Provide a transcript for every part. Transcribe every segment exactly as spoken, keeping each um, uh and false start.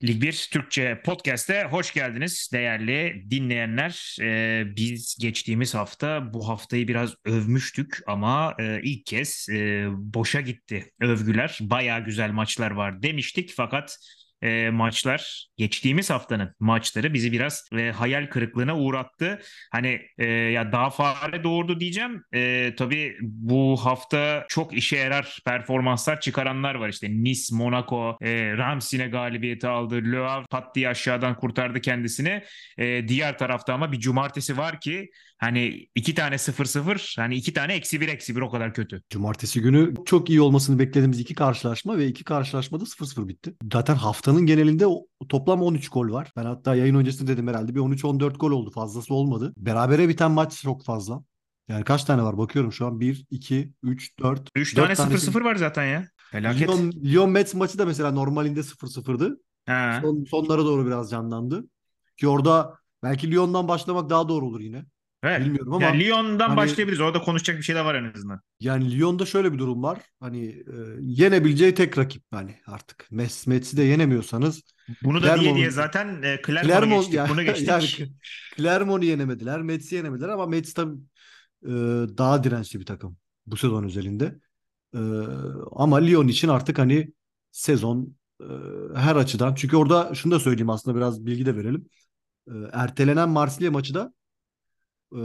Lig bir Türkçe Podcast'e hoş geldiniz değerli dinleyenler. Ee, biz geçtiğimiz hafta bu haftayı biraz övmüştük ama e, ilk kez e, boşa gitti övgüler. Baya güzel maçlar var demiştik fakat e, maçlar geçtiğimiz haftanın maçları bizi biraz e, hayal kırıklığına uğrattı. Hani e, ya daha fare doğurdu diyeceğim. E, tabii bu hafta çok işe yarar performanslar çıkaranlar var. İşte Nice, Monaco, e, Reims yine galibiyeti aldı. Le Havre pat diye aşağıdan kurtardı kendisini. E, diğer tarafta ama bir cumartesi var ki hani iki tane sıfır sıfır, hani iki tane eksi bir eksi bir, o kadar kötü. Cumartesi günü çok iyi olmasını beklediğimiz iki karşılaşma ve iki karşılaşmada sıfır sıfır bitti. Zaten haftanın genelinde o- toplam on üç gol var. Ben hatta yayın öncesinde dedim herhalde bir on üç on dört gol oldu. Fazlası olmadı. Berabere biten maç çok fazla. Yani kaç tane var bakıyorum şu an. Bir, iki, üç, dört. Üç tane dört sıfır tanesi. sıfır var zaten ya. Felaket. Lyon, Lyon Metz maçı da mesela normalinde sıfır sıfırdı. Ha. Son, sonlara doğru biraz canlandı. Ki orada belki Lyon'dan başlamak daha doğru olur yine. Evet. Bilmiyorum Yani ama Lyon'dan hani başlayabiliriz. Orada konuşacak bir şey de var en azından. yani Lyon'da şöyle bir durum var. Hani e, yenebileceği tek rakip hani artık. Mes Mets'i de yenemiyorsanız Bunu da diye diye Clermont zaten e, Clermont'u Clermont geçtik. ya Bunu yani geçtik. Clermont'u yenemediler, Mets'i yenemediler ama Mets tabii e, daha dirençli bir takım bu sezon özelinde. E, Ama Lyon için artık hani sezon e, her açıdan, çünkü orada şunu da söyleyeyim, aslında biraz bilgi de verelim. E, ertelenen Marsilya maçı da e,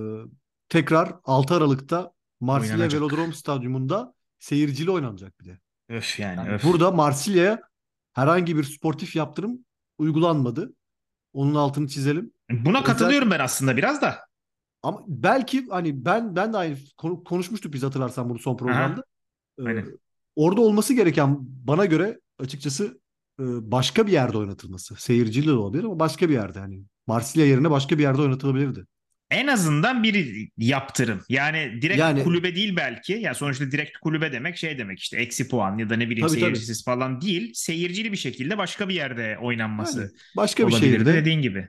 tekrar altı Aralık'ta Marsilya Velodrome Oynanacak. Stadyumunda seyircili oynanacak bir de. Öf yani Yani öf. burada Marsilya'ya herhangi bir sportif yaptırım uygulanmadı. Onun altını çizelim. Buna Özellikle katılıyorum ben aslında biraz da. ama belki hani ben ben de aynı konu- konuşmuştuk biz, hatırlarsan bunu son programda. Aha, Ee, aynen. Orada olması gereken, bana göre açıkçası, e, başka bir yerde oynatılması. Seyirciyle de olabilir ama başka bir yerde, hani Marsilya yerine başka bir yerde oynatılabilirdi. En azından bir yaptırım. Yani direkt Yani kulübe değil belki. Ya sonuçta direkt kulübe demek şey demek, işte eksi puan ya da ne bileyim tabii tabii. seyircisiz falan değil. Seyircili bir şekilde başka bir yerde Yani oynanması başka bir olabilirdi şehirde. dediğin gibi.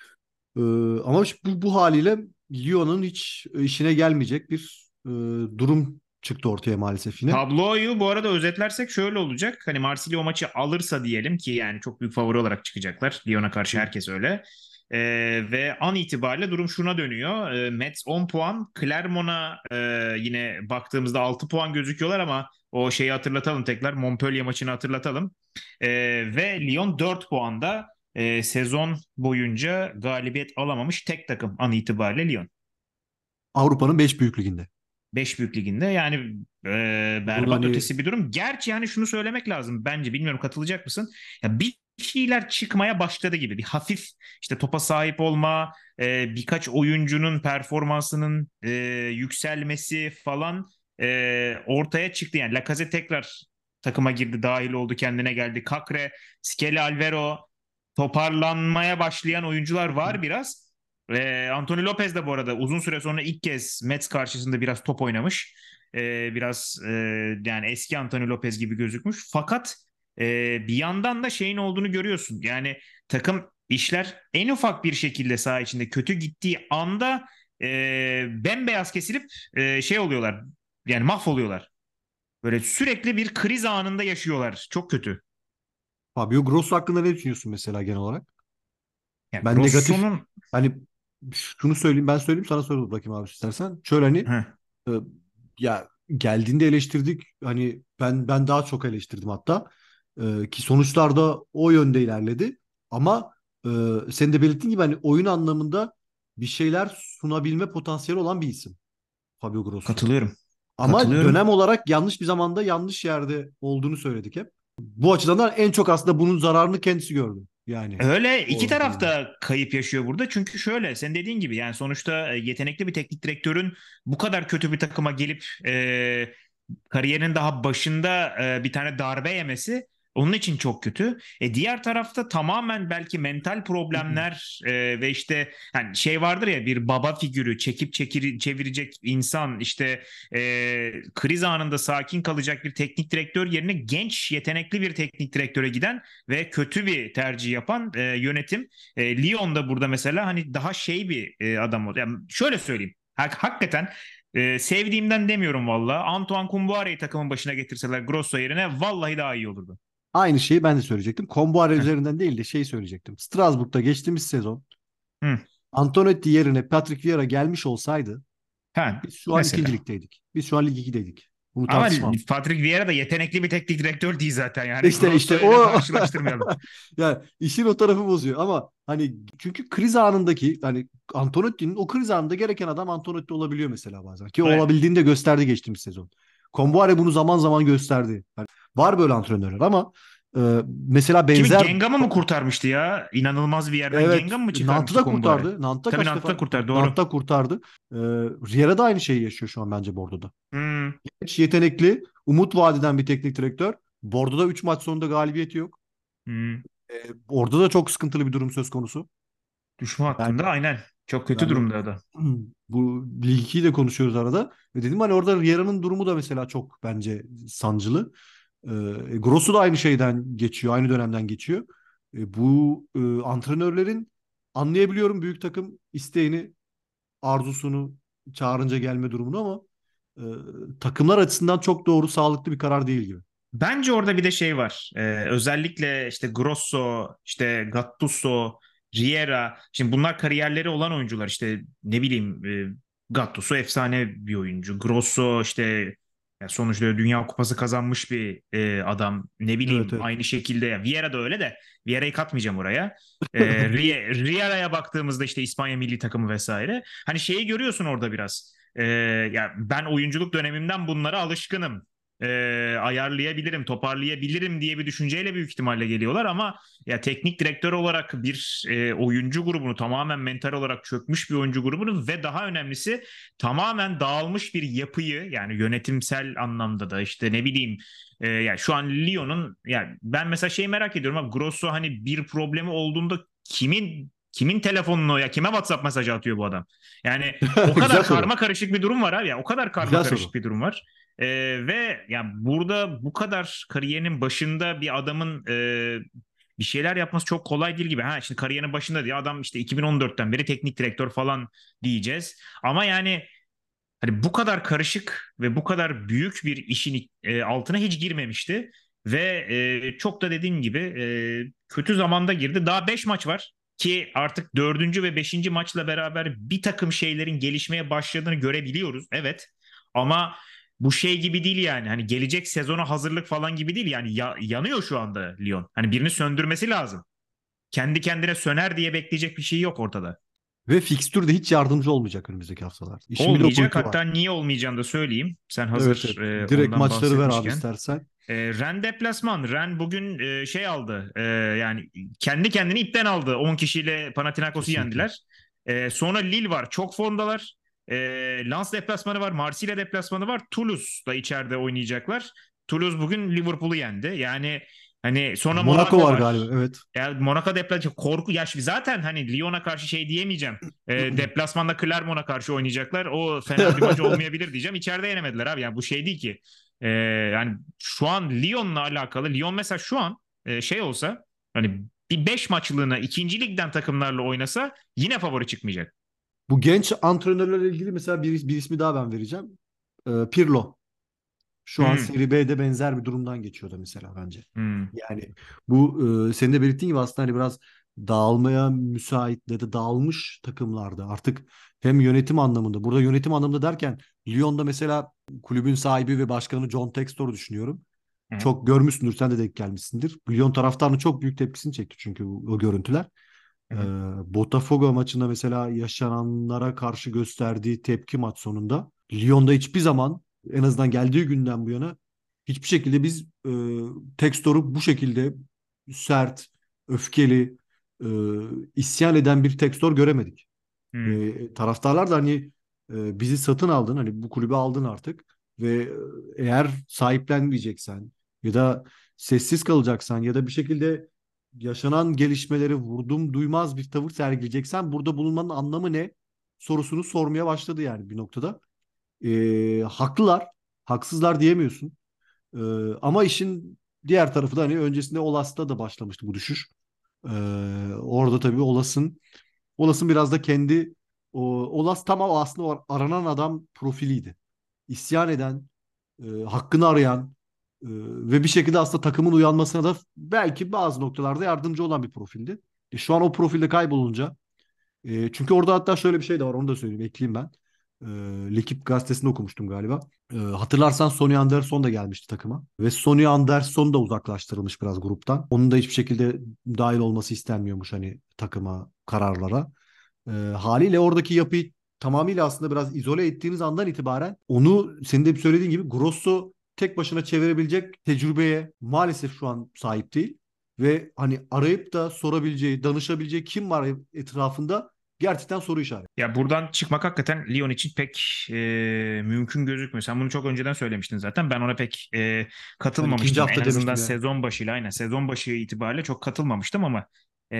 Ee, Ama şu- bu, bu haliyle Lyon'un hiç işine gelmeyecek bir e, durum çıktı ortaya maalesef yine. Tabloyu bu arada özetlersek şöyle olacak. Hani Marsilya o maçı alırsa diyelim ki, yani çok büyük favori olarak çıkacaklar. Lyon'a karşı Hı. herkes öyle. Ee, ve an itibariyle durum şuna dönüyor. Ee, Metz on puan. Clermont'a e, yine baktığımızda altı puan gözüküyorlar ama o şeyi hatırlatalım tekrar. Montpellier maçını hatırlatalım. Ee, ve Lyon dört puanda. Ee, sezon boyunca galibiyet alamamış tek takım an itibariyle Lyon. Avrupa'nın beş büyük liginde. Beş büyük liginde yani e, Bunun berbat hani ötesi bir durum. Gerçi yani şunu söylemek lazım bence, bilmiyorum katılacak mısın? Ya bir şeyler çıkmaya başladı gibi. Bir hafif işte topa sahip olma, e, birkaç oyuncunun performansının e, yükselmesi falan e, ortaya çıktı. Yani Lacazette tekrar takıma girdi, dahil oldu, kendine geldi. Kakre, Skelly, Alvaro, toparlanmaya başlayan oyuncular var biraz. Ve Anthony Lopez de bu arada uzun süre sonra ilk kez Mets karşısında biraz top oynamış. Ee, biraz e, yani eski Anthony Lopez gibi gözükmüş. Fakat e, bir yandan da şeyin olduğunu görüyorsun. Yani takım işler en ufak bir şekilde saha içinde kötü gittiği anda e, bembeyaz kesilip e, şey oluyorlar. Yani mahvoluyorlar. Böyle sürekli bir kriz anında yaşıyorlar. Çok kötü. Fabio Grosso hakkında ne düşünüyorsun mesela genel olarak? Yani Ben negatif, Grosso'nun. hani şunu söyleyeyim, ben söyleyeyim sana, sonra bırakayım abi istersen. Şöyle hani Heh. e, ya geldiğinde eleştirdik. Hani ben ben daha çok eleştirdim hatta. E, ki sonuçlar da o yönde ilerledi. Ama e, senin de belirttiğin gibi hani oyun anlamında bir şeyler sunabilme potansiyeli olan bir isim Fabio Grosso. Katılıyorum. Ama dönem Katılıyorum. olarak yanlış bir zamanda yanlış yerde olduğunu söyledik hep. Bu açıdan da en çok aslında bunun zararını kendisi gördü. Yani Öyle, iki o taraf durumda. da kayıp yaşıyor burada. Çünkü şöyle, sen dediğin gibi yani sonuçta e, yetenekli bir teknik direktörün bu kadar kötü bir takıma gelip e, kariyerin daha başında e, bir tane darbe yemesi onun için çok kötü. E, diğer tarafta tamamen belki mental problemler e, ve işte hani şey vardır ya, bir baba figürü çekip çekir, çevirecek insan, işte e, kriz anında sakin kalacak bir teknik direktör yerine genç yetenekli bir teknik direktöre giden ve kötü bir tercih yapan e, yönetim. E, Lyon da burada mesela hani daha şey bir e, adam oldu. Yani şöyle söyleyeyim. Hak, hakikaten ee, sevdiğimden demiyorum valla. Antoine Kombouara'yı takımın başına getirseler Grosso yerine vallahi daha iyi olurdu. Aynı şeyi ben de söyleyecektim. Kombuare Heh. üzerinden değil de şey söyleyecektim. Strasbourg'da geçtiğimiz sezon Hı. Antonetti yerine Patrick Vieira gelmiş olsaydı Ha, biz şu an ikinci mesela. ligdeydik. Biz şu an Lig ikideydik. Bunu Ama tartışmam. Patrick Vieira da yetenekli bir teknik direktör değil zaten. Yani İşte Grosso işte ile o karşılaştırmayalım. yani işin o tarafı bozuyor ama hani çünkü kriz anındaki hani Antonotti'nin o kriz anında gereken adam Antonotti olabiliyor mesela bazen ki Evet. olabildiğini de gösterdi geçtiğimiz sezon. Kombuare bunu zaman zaman gösterdi. Yani var böyle antrenörler ama e, mesela Kimi benzer Gengham'ı mı kurtarmıştı ya? İnanılmaz bir yerden evet Gengham mı Nant'ı çıkarmıştı da Komboğa'yı? kurtardı. Nant'ta Tabii kaç defa Nant'ta kurtar, doğru. Nant'ta kurtardı. E, Riera da aynı şeyi yaşıyor şu an bence Bordo'da. Hmm, Hiç yetenekli, umut vadeden bir teknik direktör. Bordo'da üç maç sonunda galibiyeti yok. hmm. E, orada da çok sıkıntılı bir durum söz konusu. Düşme Yani hattında aynen. Çok kötü yani durumda da. bu Lig ikiyi de konuşuyoruz arada. Ve dedim hani orada Riera'nın durumu da mesela çok bence sancılı. E, Grosso da aynı şeyden geçiyor, aynı dönemden geçiyor. E, bu e, antrenörlerin anlayabiliyorum büyük takım isteğini, arzusunu çağırınca gelme durumunu ama e, takımlar açısından çok doğru, sağlıklı bir karar değil gibi. Bence orada bir de şey var. Ee, özellikle işte Grosso, işte Gattuso, Riera. Şimdi bunlar kariyerleri olan oyuncular. İşte ne bileyim e, Gattuso efsane bir oyuncu. Grosso işte ya sonuçta Dünya Kupası kazanmış bir e, adam. Ne Evet, bileyim evet. aynı şekilde ya Vieira da öyle de Vieira'yı katmayacağım oraya. E, Rie- Riera'ya baktığımızda işte İspanya milli takımı vesaire. Hani şeyi görüyorsun orada biraz. E, ya ben oyunculuk dönemimden bunlara alışkınım, e, ayarlayabilirim, toparlayabilirim diye bir düşünceyle büyük ihtimalle geliyorlar ama ya teknik direktör olarak bir e, oyuncu grubunu tamamen mental olarak çökmüş bir oyuncu grubunu ve daha önemlisi tamamen dağılmış bir yapıyı yani yönetimsel anlamda da işte ne bileyim e, ya şu an Lyon'un yani ben mesela şeyi merak ediyorum abi Grosso hani bir problemi olduğunda kimin kimin telefonunu ya kime WhatsApp mesajı atıyor bu adam? Yani o Güzel kadar soru. karma karışık bir durum var abi ya o kadar karma Güzel karışık soru. bir durum var. Ee, ve yani burada bu kadar kariyerinin başında bir adamın e, bir şeyler yapması çok kolay değil gibi. Ha şimdi kariyerinin başında diye adam işte iki bin on dörtten beri teknik direktör falan diyeceğiz. Ama yani hani bu kadar karışık ve bu kadar büyük bir işin e, altına hiç girmemişti. Ve e, çok da dediğim gibi e, kötü zamanda girdi. Daha beş maç var ki artık dördüncü ve beşinci maçla beraber bir takım şeylerin gelişmeye başladığını görebiliyoruz. Evet ama bu şey gibi değil yani. Hani gelecek sezona hazırlık falan gibi değil yani ya- yanıyor şu anda Lyon. Hani birini söndürmesi lazım. Kendi kendine söner diye bekleyecek bir şey yok ortada. Ve fikstür de hiç yardımcı olmayacak önümüzdeki haftalar. İşin bir de o Olmayacak. boyutu var. Hatta niye olmayacağını da söyleyeyim. Sen Evet, hazır evet. e, Direkt ondan maçları ver abi bahsetmişken. istersen. E, Ren deplasman. Ren bugün e, şey aldı. E, yani kendi kendini ipten aldı. on kişiyle Panathinaikos'u Kesinlikle. yendiler. E, sonra Lille var. Çok formdalar. E, Lens deplasmanı var. Marsilya deplasmanı var. Toulouse da içeride oynayacaklar. Toulouse bugün Liverpool'u yendi. Yani hani sonra Monaco Monaco var galiba. var. Evet. Yani Monaco deplasmanı korku ya şimdi zaten hani Lyon'a karşı şey diyemeyeceğim. E, deplasmanda Clermont'a karşı oynayacaklar. O fena bir maç olmayabilir diyeceğim. İçeride yenemediler abi. Yani bu şey değil ki. E, yani şu an Lyon'la alakalı. Lyon mesela şu an e, şey olsa hani bir beş maçlığına ikinci ligden takımlarla oynasa yine favori çıkmayacak. Bu genç antrenörlerle ilgili mesela bir, bir ismi daha ben vereceğim. Ee, Pirlo. Şu an Hmm, Serie B'de benzer bir durumdan geçiyor da mesela bence. hmm, Yani bu e, senin de belirttiğin gibi aslında hani biraz dağılmaya müsait ya da dağılmış takımlarda artık hem yönetim anlamında burada yönetim anlamında derken Lyon'da mesela kulübün sahibi ve başkanı John Textor'u düşünüyorum. hmm, Çok görmüşsündür sen de denk gelmişsindir. Lyon taraftarının çok büyük tepkisini çekti çünkü o, o görüntüler. Ee, hmm, Botafogo maçında mesela yaşananlara karşı gösterdiği tepki maç sonunda Lyon'da hiçbir zaman en azından geldiği günden bu yana hiçbir şekilde biz e, Textor'u bu şekilde sert, öfkeli, e, isyan eden bir Textor göremedik. hmm, Ve taraftarlar da hani e, bizi satın aldın, hani bu kulübü aldın artık ve e, eğer sahiplenmeyeceksen ya da sessiz kalacaksan ya da bir şekilde yaşanan gelişmeleri vurdum duymaz bir tavır sergileyeceksen burada bulunmanın anlamı ne sorusunu sormaya başladı yani bir noktada. E, haklılar, haksızlar diyemiyorsun. E, ama işin diğer tarafı da hani öncesinde Olas'ta da başlamıştı bu düşüş. E, orada tabii Olas'ın Olas'ın biraz da kendi o, Olas tam o aslında o aranan adam profiliydi. İsyan eden, e, hakkını arayan, Ee, ve bir şekilde aslında takımın uyanmasına da belki bazı noktalarda yardımcı olan bir profildi. E, şu an o profilde kaybolunca e, çünkü orada hatta şöyle bir şey de var, onu da söyleyeyim, ekleyeyim ben. E, L'Équipe gazetesinde okumuştum galiba. E, hatırlarsan Sonny Anderson da gelmişti takıma. Ve Sonny Anderson da uzaklaştırılmış biraz gruptan. Onun da hiçbir şekilde dahil olması istenmiyormuş hani takıma, kararlara. E, haliyle oradaki yapıyı tamamıyla aslında biraz izole ettiğiniz andan itibaren onu senin de söylediğin gibi Grosso tek başına çevirebilecek tecrübeye maalesef şu an sahip değil. Ve hani arayıp da sorabileceği, danışabileceği kim var etrafında, gerçekten soru işareti. Ya buradan çıkmak hakikaten Lyon için pek e, mümkün gözükmüyor. Sen bunu çok önceden söylemiştin zaten. Ben ona pek e, Ben ikinci katılmamıştım. En hafta azından demiştim ya. sezon başıyla, aynen sezon başı itibariyle çok katılmamıştım ama e,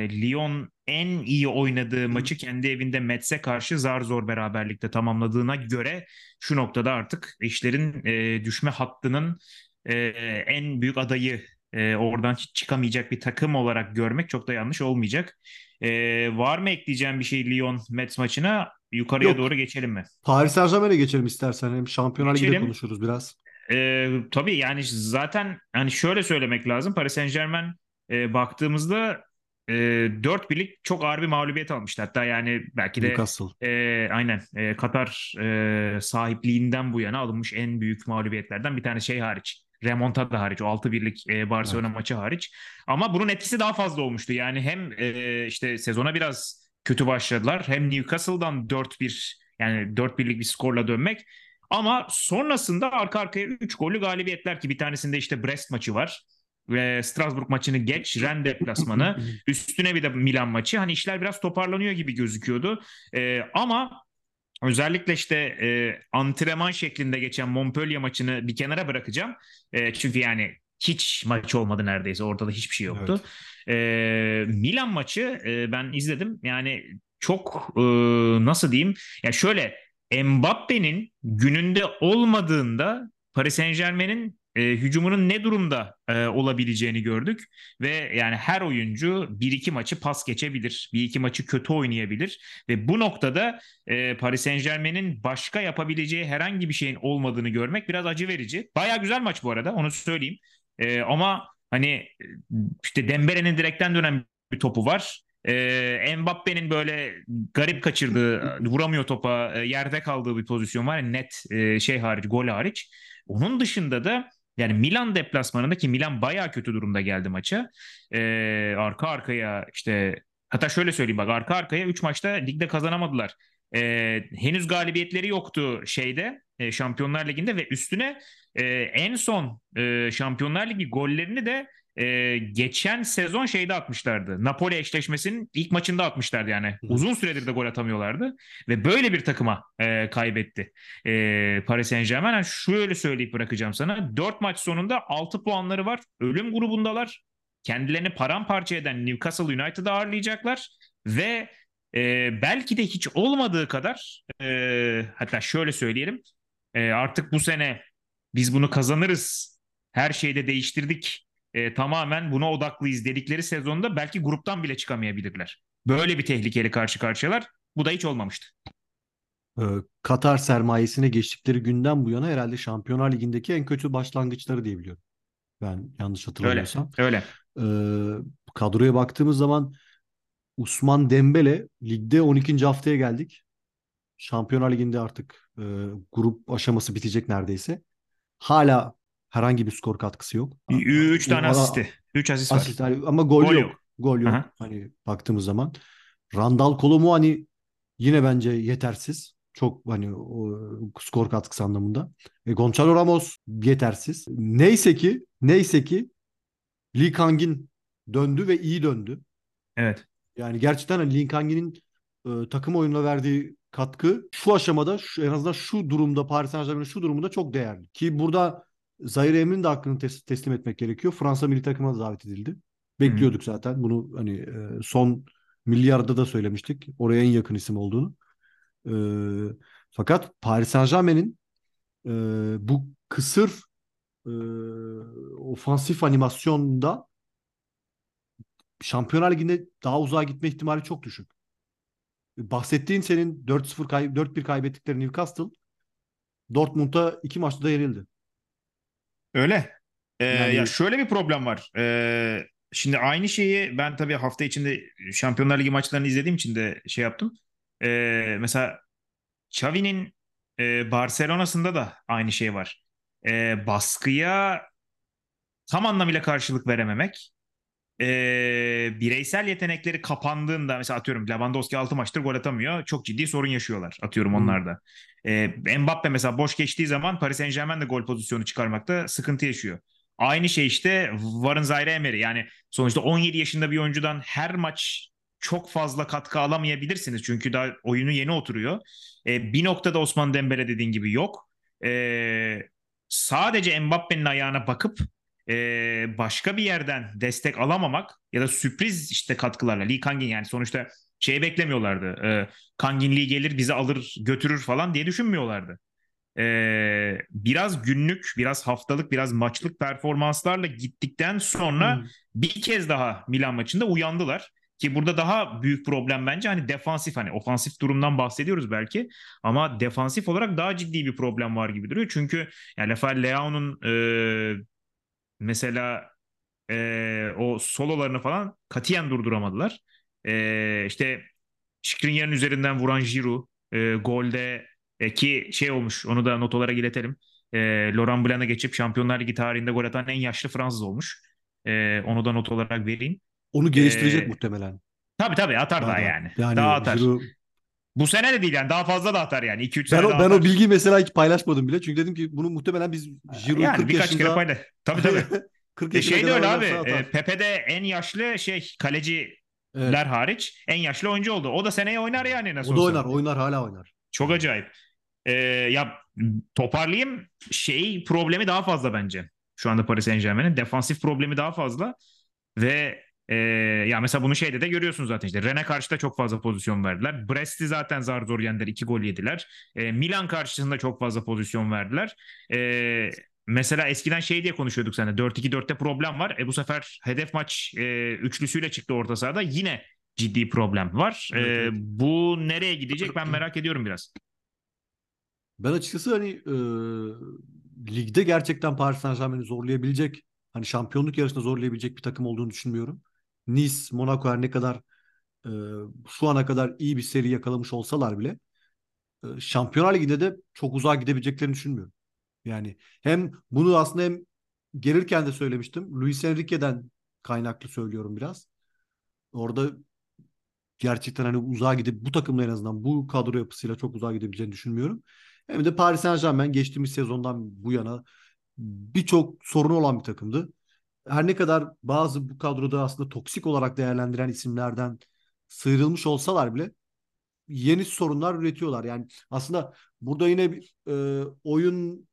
Lyon en iyi oynadığı maçı kendi evinde Metz'e karşı zar zor beraberlikte tamamladığına göre şu noktada artık işlerin e, düşme hattının e, en büyük adayı, e, oradan hiç çıkamayacak bir takım olarak görmek çok da yanlış olmayacak. Ee, var mı ekleyeceğim bir şey Lyon Mets maçına? Yukarıya Yok. doğru geçelim mi? Paris Saint-Germain'e geçelim istersen. Hem Şampiyonlar Ligi'de Geçelim. konuşuruz biraz. Ee, tabii yani zaten hani şöyle söylemek lazım. Paris Saint-Germain e, baktığımızda e, dört birlik çok ağır bir mağlubiyet almıştı. Hatta yani belki de Newcastle. e, aynen e, Katar e, sahipliğinden bu yana alınmış en büyük mağlubiyetlerden bir tane şey hariç. Remontada hariç, o altı birlik e, Barcelona Evet. maçı hariç. Ama bunun etkisi daha fazla olmuştu. Yani hem e, işte sezona biraz kötü başladılar. Hem Newcastle'dan dört bir, yani dört birlik bir skorla dönmek. Ama sonrasında arka arkaya üç gollü galibiyetler, ki bir tanesinde işte Brest maçı var. Ve Strasbourg maçını geç, Rennes deplasmanı, üstüne bir de Milan maçı. Hani işler biraz toparlanıyor gibi gözüküyordu. Ee, ama özellikle işte e, antrenman şeklinde geçen Montpellier maçını bir kenara bırakacağım. E, çünkü yani hiç maç olmadı neredeyse. Ortada hiçbir şey yoktu. Evet. E, Milan maçı e, ben izledim. Yani çok e, nasıl diyeyim? Ya şöyle, Mbappe'nin gününde olmadığında Paris Saint-Germain'in e, hücumunun ne durumda e, olabileceğini gördük. Ve yani her oyuncu bir iki maçı pas geçebilir. Bir iki maçı kötü oynayabilir. Ve bu noktada e, Paris Saint-Germain'in başka yapabileceği herhangi bir şeyin olmadığını görmek biraz acı verici. Baya güzel maç bu arada, onu söyleyeyim. E, ama hani e, işte Dembele'nin direkten dönen bir topu var. E, Mbappe'nin böyle garip kaçırdığı, vuramıyor topa, e, yerde kaldığı bir pozisyon var. Yani net e, şey hariç, gol hariç. Onun dışında da yani Milan deplasmanında, ki Milan bayağı kötü durumda geldi maça. E, arka arkaya işte, hatta şöyle söyleyeyim bak, arka arkaya üç maçta ligde kazanamadılar. Ee, henüz galibiyetleri yoktu şeyde, e, Şampiyonlar Ligi'nde ve üstüne e, en son e, Şampiyonlar Ligi gollerini de e, geçen sezon şeyde atmışlardı. Napoli eşleşmesinin ilk maçında atmışlardı yani. Uzun süredir de gol atamıyorlardı ve böyle bir takıma e, kaybetti. E, Paris Saint-Germain. Yani şöyle söyleyip bırakacağım sana. Dört maç sonunda altı puanları var. Ölüm grubundalar. Kendilerini paramparça eden Newcastle United'ı ağırlayacaklar ve e, belki de hiç olmadığı kadar, e, hatta şöyle söyleyelim, e, artık bu sene biz bunu kazanırız, her şeyi de değiştirdik, e, tamamen buna odaklıyız dedikleri sezonda belki gruptan bile çıkamayabilirler. Böyle bir tehlikeli karşı karşıyalar. Bu da hiç olmamıştı. Ee, Katar sermayesine geçtikleri günden bu yana herhalde Şampiyonlar Ligi'ndeki en kötü başlangıçları diyebiliyorum. Ben yanlış Öyle, hatırlamıyorsam. öyle. Ee, kadroya baktığımız zaman Usman Dembele, ligde on ikinci haftaya geldik. Şampiyonlar Ligi'nde artık e, grup aşaması bitecek neredeyse. Hala herhangi bir skor katkısı yok. A- a- Üç tane O ara asisti. Üç asist var. asist hani, ama gol Gol yok. yok. Gol yok. Aha. Hani baktığımız zaman. Randal Kolo hani yine bence yetersiz. Çok hani o, skor katkısı anlamında. E, Gonçalo Ramos yetersiz. Neyse ki neyse ki Lee Kangin döndü ve iyi döndü. Evet. Yani gerçekten hani Lee Kangin'in e, takım oyununa verdiği katkı şu aşamada, şu, en azından şu durumda, Paris Saint-Germain'in şu durumunda çok değerli. Ki burada Zaire Emery'nin de hakkını tes- teslim etmek gerekiyor. Fransa milli takımına da davet edildi. Hı hı. Bekliyorduk zaten. Bunu hani e, son milyarda da söylemiştik. Oraya en yakın isim olduğunu. E, fakat Paris Saint-Germain'in e, bu kısır e, ofansif animasyonda Şampiyonlar Ligi'nde daha uzağa gitme ihtimali çok düşük. Bahsettiğin senin dört sıfır kay dört bir kaybettikleri Newcastle Dortmund'a iki maçta da yenildi. Öyle. Ee, ya Yani şöyle bir problem var. Ee, şimdi aynı şeyi ben tabii hafta içinde Şampiyonlar Ligi maçlarını izlediğim için de şey yaptım. Ee, mesela Xavi'nin e, Barcelona'sında da aynı şey var. Ee, baskıya tam anlamıyla karşılık verememek. Ee, bireysel yetenekleri kapandığında mesela atıyorum Lewandowski altı maçtır gol atamıyor. Çok ciddi sorun yaşıyorlar atıyorum hı, onlarda. Ee, Mbappe mesela boş geçtiği zaman Paris Saint-Germain de gol pozisyonu çıkarmakta sıkıntı yaşıyor. Aynı şey işte Warren Zaire-Emery. Yani sonuçta on yedi yaşında bir oyuncudan her maç çok fazla katkı alamayabilirsiniz. Çünkü daha oyunu yeni oturuyor. Ee, bir noktada Osman Dembele dediğin gibi yok. Ee, sadece Mbappe'nin ayağına bakıp e, başka bir yerden destek alamamak ya da sürpriz işte katkılarla Lee Kangin yani sonuçta şey beklemiyorlardı. E, Kangin Lee gelir bizi alır götürür falan diye düşünmüyorlardı. E, biraz günlük, biraz haftalık, biraz maçlık performanslarla gittikten sonra hı. bir kez daha Milan maçında uyandılar. Ki burada daha büyük problem bence hani defansif hani ofansif durumdan bahsediyoruz belki ama defansif olarak daha ciddi bir problem var gibi duruyor. Çünkü yani Rafael Leao'nun e, mesela e, o sololarını falan katiyen durduramadılar. E, işte Skriniar'ın üzerinden vuran Giroud e, golde e, ki şey olmuş onu da notalara iletelim. E, Laurent Blanc'a geçip Şampiyonlar Ligi tarihinde gol atan en yaşlı Fransız olmuş. E, onu da not olarak vereyim. Onu E, geliştirecek muhtemelen. tabii tabii atar Daha daha da. yani. Daha Yani atar. Giroud, Bu sene de değil yani daha fazla da atar yani. iki üç ben sene o daha ben o atar. bilgiyi mesela hiç paylaşmadım bile. Çünkü dedim ki bunu muhtemelen biz Giroud'u Yani kırk birkaç kere yaşında paylaş. Tabii tabii. kırk E yaşına şey de kadar öyle abi. oynarsa E, atar. Pepe de en yaşlı şey kaleciler Evet. hariç en yaşlı oyuncu oldu. O da seneye oynar yani O nasıl da olsa. oynar, oynar hala oynar. Çok Yani. acayip. E, ya toparlayayım şey problemi daha fazla bence. Şu anda Paris Saint-Germain'in defansif problemi daha fazla ve e, ya mesela bunu şeyde de görüyorsunuz zaten işte Rennes karşıda çok fazla pozisyon verdiler. Brest'i zaten zar zor yendiler. iki gol yediler. E, Milan karşısında çok fazla pozisyon verdiler. E, mesela eskiden şey diye konuşuyorduk seninle. dört iki dörtte problem var. E, bu sefer hedef maç e, üçlüsüyle çıktı orta sahada. Yine ciddi problem var. Evet, E, evet. bu nereye gidecek ben merak ediyorum biraz. Ben açıkçası hani e, ligde gerçekten Paris Saint-Germain'i zorlayabilecek, hani şampiyonluk yarışında zorlayabilecek bir takım olduğunu düşünmüyorum. Nice, Monaco her ne kadar e, şu ana kadar iyi bir seri yakalamış olsalar bile e, Şampiyonlar Ligi'nde de çok uzağa gidebileceklerini düşünmüyorum. Yani hem bunu aslında hem gelirken de söylemiştim. Luis Enrique'den kaynaklı söylüyorum biraz. Orada gerçekten hani uzağa gidip bu takımla en azından bu kadro yapısıyla çok uzağa gidebileceğini düşünmüyorum. Hem de Paris Saint-Germain geçtiğimiz sezondan bu yana birçok sorunu olan bir takımdı. Her ne kadar bazı bu kadroda aslında toksik olarak değerlendiren isimlerden sıyrılmış olsalar bile yeni sorunlar üretiyorlar. Yani aslında burada yine bir e, oyun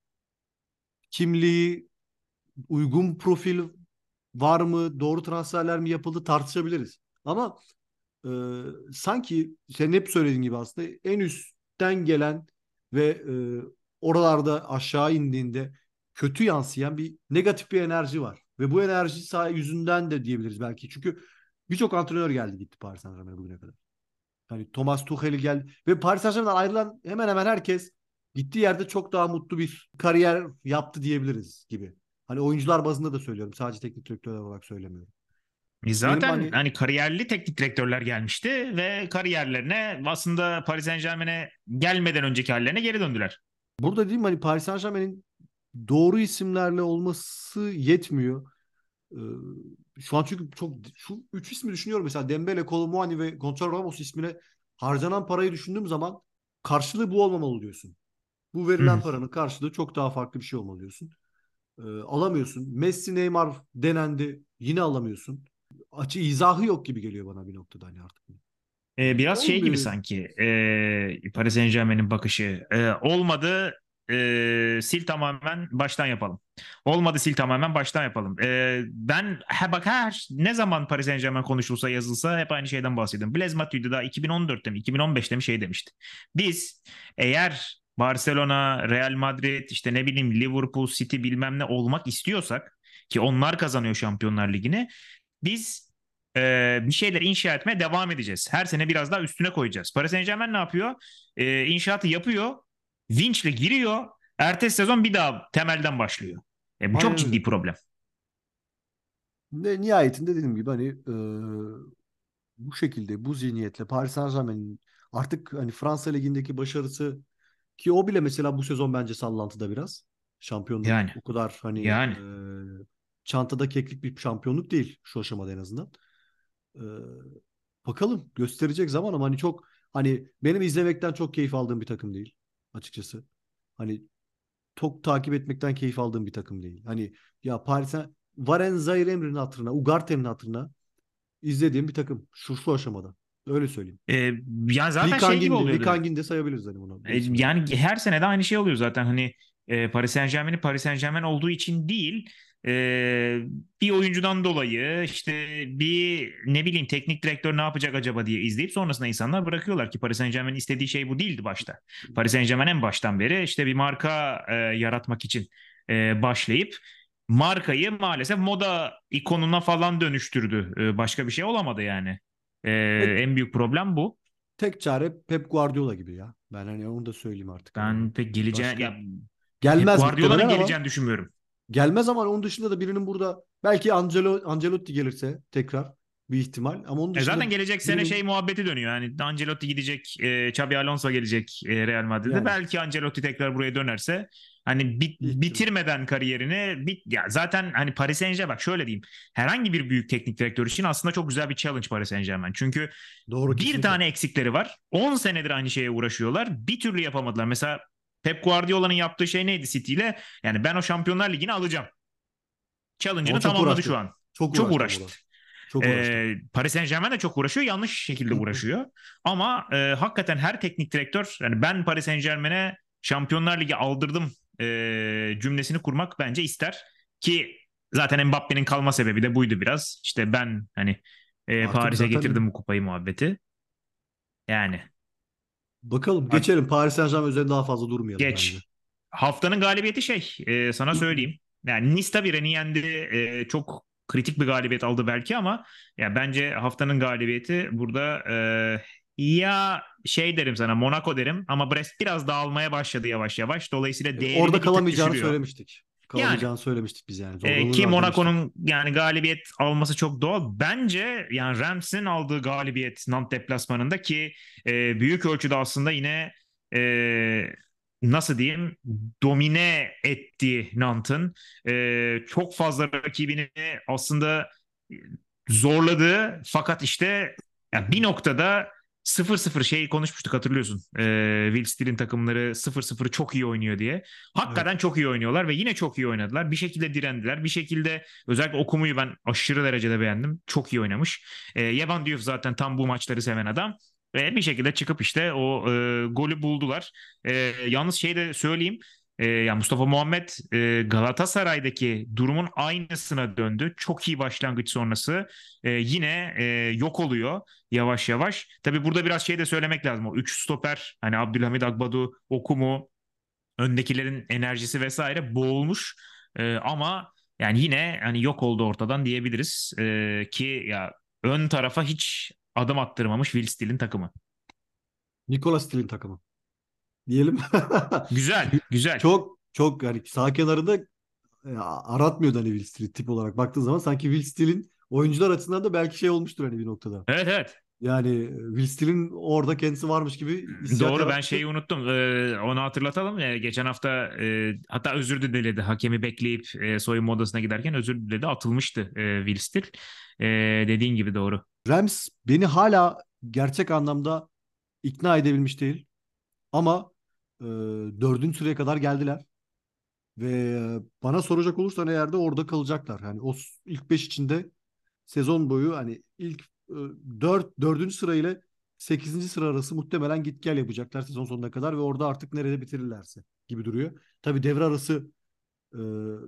kimliği, uygun profil var mı, doğru transferler mi yapıldı tartışabiliriz. Ama e, sanki senin hep söylediğin gibi aslında en üstten gelen ve e, oralarda aşağı indiğinde kötü yansıyan bir negatif bir enerji var. Ve bu enerji say yüzünden de diyebiliriz belki. Çünkü birçok antrenör geldi gitti Paris Saint-Germain'e bugüne kadar. Hani Thomas Tuchel gel ve Paris Saint-Germain'den ayrılan hemen hemen herkes gittiği yerde çok daha mutlu bir kariyer yaptı diyebiliriz gibi. Hani oyuncular bazında da söylüyorum. Sadece teknik direktörler olarak söylemiyorum. E Benim zaten hani hani kariyerli teknik direktörler gelmişti ve kariyerlerine aslında Paris Saint-Germain'e gelmeden önceki hallerine geri döndüler. burada diyeyim hani Paris Saint-Germain'in doğru isimlerle olması yetmiyor. Ee, şu an çünkü çok şu üç ismi düşünüyorum mesela Dembele, Kolo Muani ve Gonçalo Ramos ismine harcanan parayı düşündüğüm zaman karşılığı bu olmamalı diyorsun. Bu Hı hı. verilen paranın karşılığı çok daha farklı bir şey olmalı diyorsun. Ee, alamıyorsun. Messi, Neymar denendi. Yine alamıyorsun. Açı izahı yok gibi geliyor bana bir noktada hani artık. E, biraz şey gibi Olmuyor. sanki e, Paris Saint-Germain'in bakışı. E, olmadı e, sil tamamen baştan yapalım. Olmadı sil tamamen baştan yapalım. E, ben ha, bak her ne zaman Paris Saint-Germain konuşulsa yazılsa hep aynı şeyden bahsediyorum. Blaise Matuidi daha iki bin on dörtte mi iki bin on beşte mi şey demişti. Biz eğer Barcelona, Real Madrid, işte ne bileyim Liverpool, City bilmem ne olmak istiyorsak ki onlar kazanıyor Şampiyonlar Ligi'ni. Biz e, bir şeyler inşa etmeye devam edeceğiz. Her sene biraz daha üstüne koyacağız. Paris Saint-Germain ne yapıyor? E, inşaatı yapıyor. Vinçle giriyor. Ertesi sezon bir daha temelden başlıyor. E, bu çok Aynen ciddi öyle. problem. Ne, nihayetinde dediğim gibi hani e, bu şekilde bu zihniyetle Paris Saint-Germain'in artık hani Fransa Ligi'ndeki başarısı, ki o bile mesela bu sezon bence sallantıda biraz. Şampiyonluk Yani o kadar hani yani e, çantada keklik bir şampiyonluk değil şu aşamada en azından. E, Bakalım gösterecek zaman, ama hani çok hani benim izlemekten çok keyif aldığım bir takım değil açıkçası. Hani çok takip etmekten keyif aldığım bir takım değil. Hani ya Paris'e Varen Zaïre-Emery'nin hatırına, Ugarte'nin hatırına izlediğim bir takım şu şu aşamada. Öyle söyleyeyim. e, yani Lee zaten şey gibi Kangin de, Lee oluyordu. Kangin de sayabiliriz hani buna E, bunun içinde. Yani her sene de aynı şey oluyor zaten. Hani e, Paris Saint-Germain'i Paris Saint-Germain olduğu için değil, e, bir oyuncudan dolayı işte bir ne bileyim teknik direktör ne yapacak acaba diye izleyip sonrasında insanlar bırakıyorlar ki Paris Saint-Germain'in istediği şey bu değildi başta. Paris Saint-Germain en baştan beri işte bir marka e, yaratmak için e, başlayıp markayı maalesef moda ikonuna falan dönüştürdü. E, başka bir şey olamadı yani. E, Tek, En büyük problem bu. tek çare Pep Guardiola gibi ya. Ben hani onu da söyleyeyim artık hani Ben hani pek geleceği başka ya Pep gelmez Guardiola'nın muhtemelen ama geleceğini düşünmüyorum. gelmez, ama onun dışında da birinin burada belki Angelo, Ancelotti gelirse tekrar bir ihtimal, ama onun E dışında zaten gelecek sene şey birinin muhabbeti dönüyor. Yani Ancelotti gidecek, e, Xabi Alonso gelecek e, Real Madrid'e. yani Belki Ancelotti tekrar buraya dönerse hani bit- bir ihtimal. bitirmeden kariyerini bit ya zaten hani Paris Saint-Germain bak şöyle diyeyim. Herhangi bir büyük teknik direktör için aslında çok güzel bir challenge Paris Saint-Germain. Çünkü Doğru, bir kesinlikle. tane eksikleri var. On senedir aynı şeye uğraşıyorlar. Bir türlü yapamadılar. Mesela Pep Guardiola'nın yaptığı şey neydi City ile? Yani ben o Şampiyonlar Ligi'ni alacağım. Ama Challenge'ını çok tamamladı şu uğraştı. an. Çok Çok uğraştı ama uğraştı. orada. Çok uğraştı. Ee, Paris Saint-Germain de çok uğraşıyor. Yanlış şekilde uğraşıyor. Ama e, hakikaten her teknik direktör yani ben Paris Saint-Germain'e Şampiyonlar Ligi aldırdım e, cümlesini kurmak bence ister. Ki zaten Mbappe'nin kalma sebebi de buydu biraz. İşte ben hani e, Artık Paris'e zaten getirdim bu kupayı muhabbeti. Yani bakalım, bak geçelim. Paris Saint-Germain üzerinde daha fazla durmayalım bence. geç. Haftanın galibiyeti şey e, sana söyleyeyim. Yani Nice tabii Rennes'i yendi. E, çok kritik bir galibiyet aldı belki ama ya bence haftanın galibiyeti burada e, ya şey derim sana Monaco derim ama Brest biraz dağılmaya başladı yavaş yavaş. Dolayısıyla Evet, orada değerini bir tık kalamayacağını düşürüyor. söylemiştik. Yani Kalamayacağını söylemiştik biz yani. e, ki Zorlanırlar demiştik. Monaco'nun yani galibiyet alması çok doğal. Bence yani Rams'in aldığı galibiyet Nantes deplasmanında ki e, büyük ölçüde aslında yine e, nasıl diyeyim domine etti Nantes'ın. E, çok fazla rakibini aslında zorladı fakat işte Hı ya bir hı. noktada sıfır sıfır şey konuşmuştuk hatırlıyorsun. E, Will Steele'in takımları sıfır sıfır çok iyi oynuyor diye. Evet. Hakikaten çok iyi oynuyorlar ve yine çok iyi oynadılar. Bir şekilde direndiler. Bir şekilde özellikle Okumu'yu ben aşırı derecede beğendim. Çok iyi oynamış. E, Yevan Diouf zaten tam bu maçları seven adam. Ve bir şekilde çıkıp işte o e, golü buldular. E, Yalnız şey de söyleyeyim. E, ya Mustafa Muhammed e, Galatasaray'daki durumun aynısına döndü. Çok iyi başlangıç sonrası. E, yine e, yok oluyor yavaş yavaş. Tabii burada biraz şey de söylemek lazım. O üç stoper hani Abdülhamid Agbadu, Okumu öndekilerin enerjisi vesaire boğulmuş. Ee, ama yani yine hani yok oldu ortadan diyebiliriz. Ee, ki ya ön tarafa hiç adım attırmamış Will Steele'in takımı. Nicolas Stil'in takımı diyelim. Güzel, Çünkü güzel. çok çok yani sağ kenarında e, aratmıyordu hani Will Steel'i tip olarak baktığın zaman, sanki Will Steel'in oyuncular açısından da belki şey olmuştur hani bir noktada. Evet, evet. Yani e, Will Steel'in orada kendisi varmış gibi hissiyat Doğru ben yaratmıştır. şeyi unuttum. Ee, onu hatırlatalım. Ee, geçen hafta e, hatta özür de diledi. Hakemi bekleyip e, soyunma odasına giderken özür diledi. Atılmıştı e, Will Steele. Ee, dediğin gibi doğru. Rams beni hala gerçek anlamda ikna edebilmiş değil. Ama e, dördüncü sıraya kadar geldiler. Ve e, bana soracak olursan eğer de orada kalacaklar. Yani o s- ilk beş içinde sezon boyu hani ilk e, dört, dördüncü sıra ile sekizinci sıra arası muhtemelen git gel yapacaklar sezon sonuna kadar ve orada artık nerede bitirirlerse gibi duruyor. Tabii devre arası e,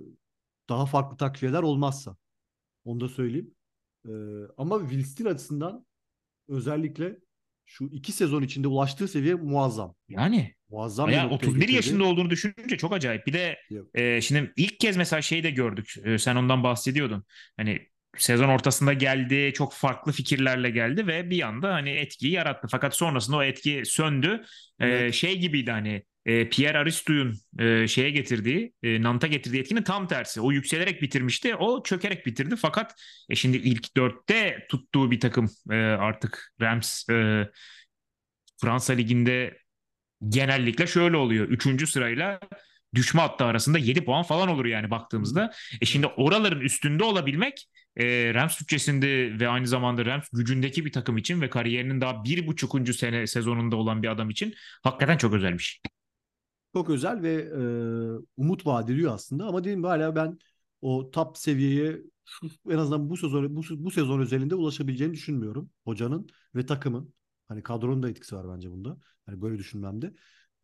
daha farklı takviyeler olmazsa. Onu da söyleyeyim. E, Ama Will Steele açısından özellikle şu iki sezon içinde ulaştığı seviye muazzam. Yani Muazzam bir ya noktaya otuz bir yaşında getirdi. olduğunu düşününce çok acayip. Bir de Ya, e, şimdi ilk kez mesela şeyi de gördük. E, sen ondan bahsediyordun. Hani sezon ortasında geldi, çok farklı fikirlerle geldi ve bir anda hani etkiyi yarattı. Fakat sonrasında o etki söndü. E, evet. şey gibiydi hani e, Pierre Aristu'nun e, şeye getirdiği, e, Nant'a getirdiği etkinin tam tersi. O yükselerek bitirmişti, o çökerek bitirdi. Fakat e, şimdi ilk dörtte tuttuğu bir takım e, artık Rams e, Fransa Ligi'nde genellikle şöyle oluyor. Üçüncü sırayla düşme hattı arasında yedi puan falan olur yani baktığımızda. E şimdi Evet. oraların üstünde olabilmek e, Rams bütçesinde ve aynı zamanda Rams gücündeki bir takım için ve kariyerinin daha bir buçukuncu sene sezonunda olan bir adam için hakikaten çok özel bir şey. Çok özel ve e, umut vaat ediyor aslında. Ama dediğim gibi hala ben o top seviyeye şu, en azından bu sezon bu, bu sezon özelinde ulaşabileceğini düşünmüyorum hocanın ve takımın. Hani kadronun da etkisi var bence bunda. Hani böyle düşünmemde. E,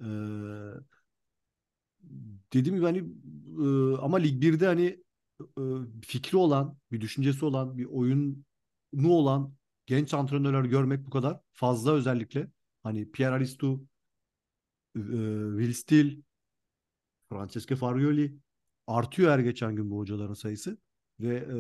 Dediğim gibi hani e, ama Lig birde hani e, fikri olan, bir düşüncesi olan, bir oyunu olan genç antrenörler görmek bu kadar fazla özellikle. Hani Pierre Aristu, e, Will Steele, Francesco Farioli artıyor her geçen gün bu hocaların sayısı ve e,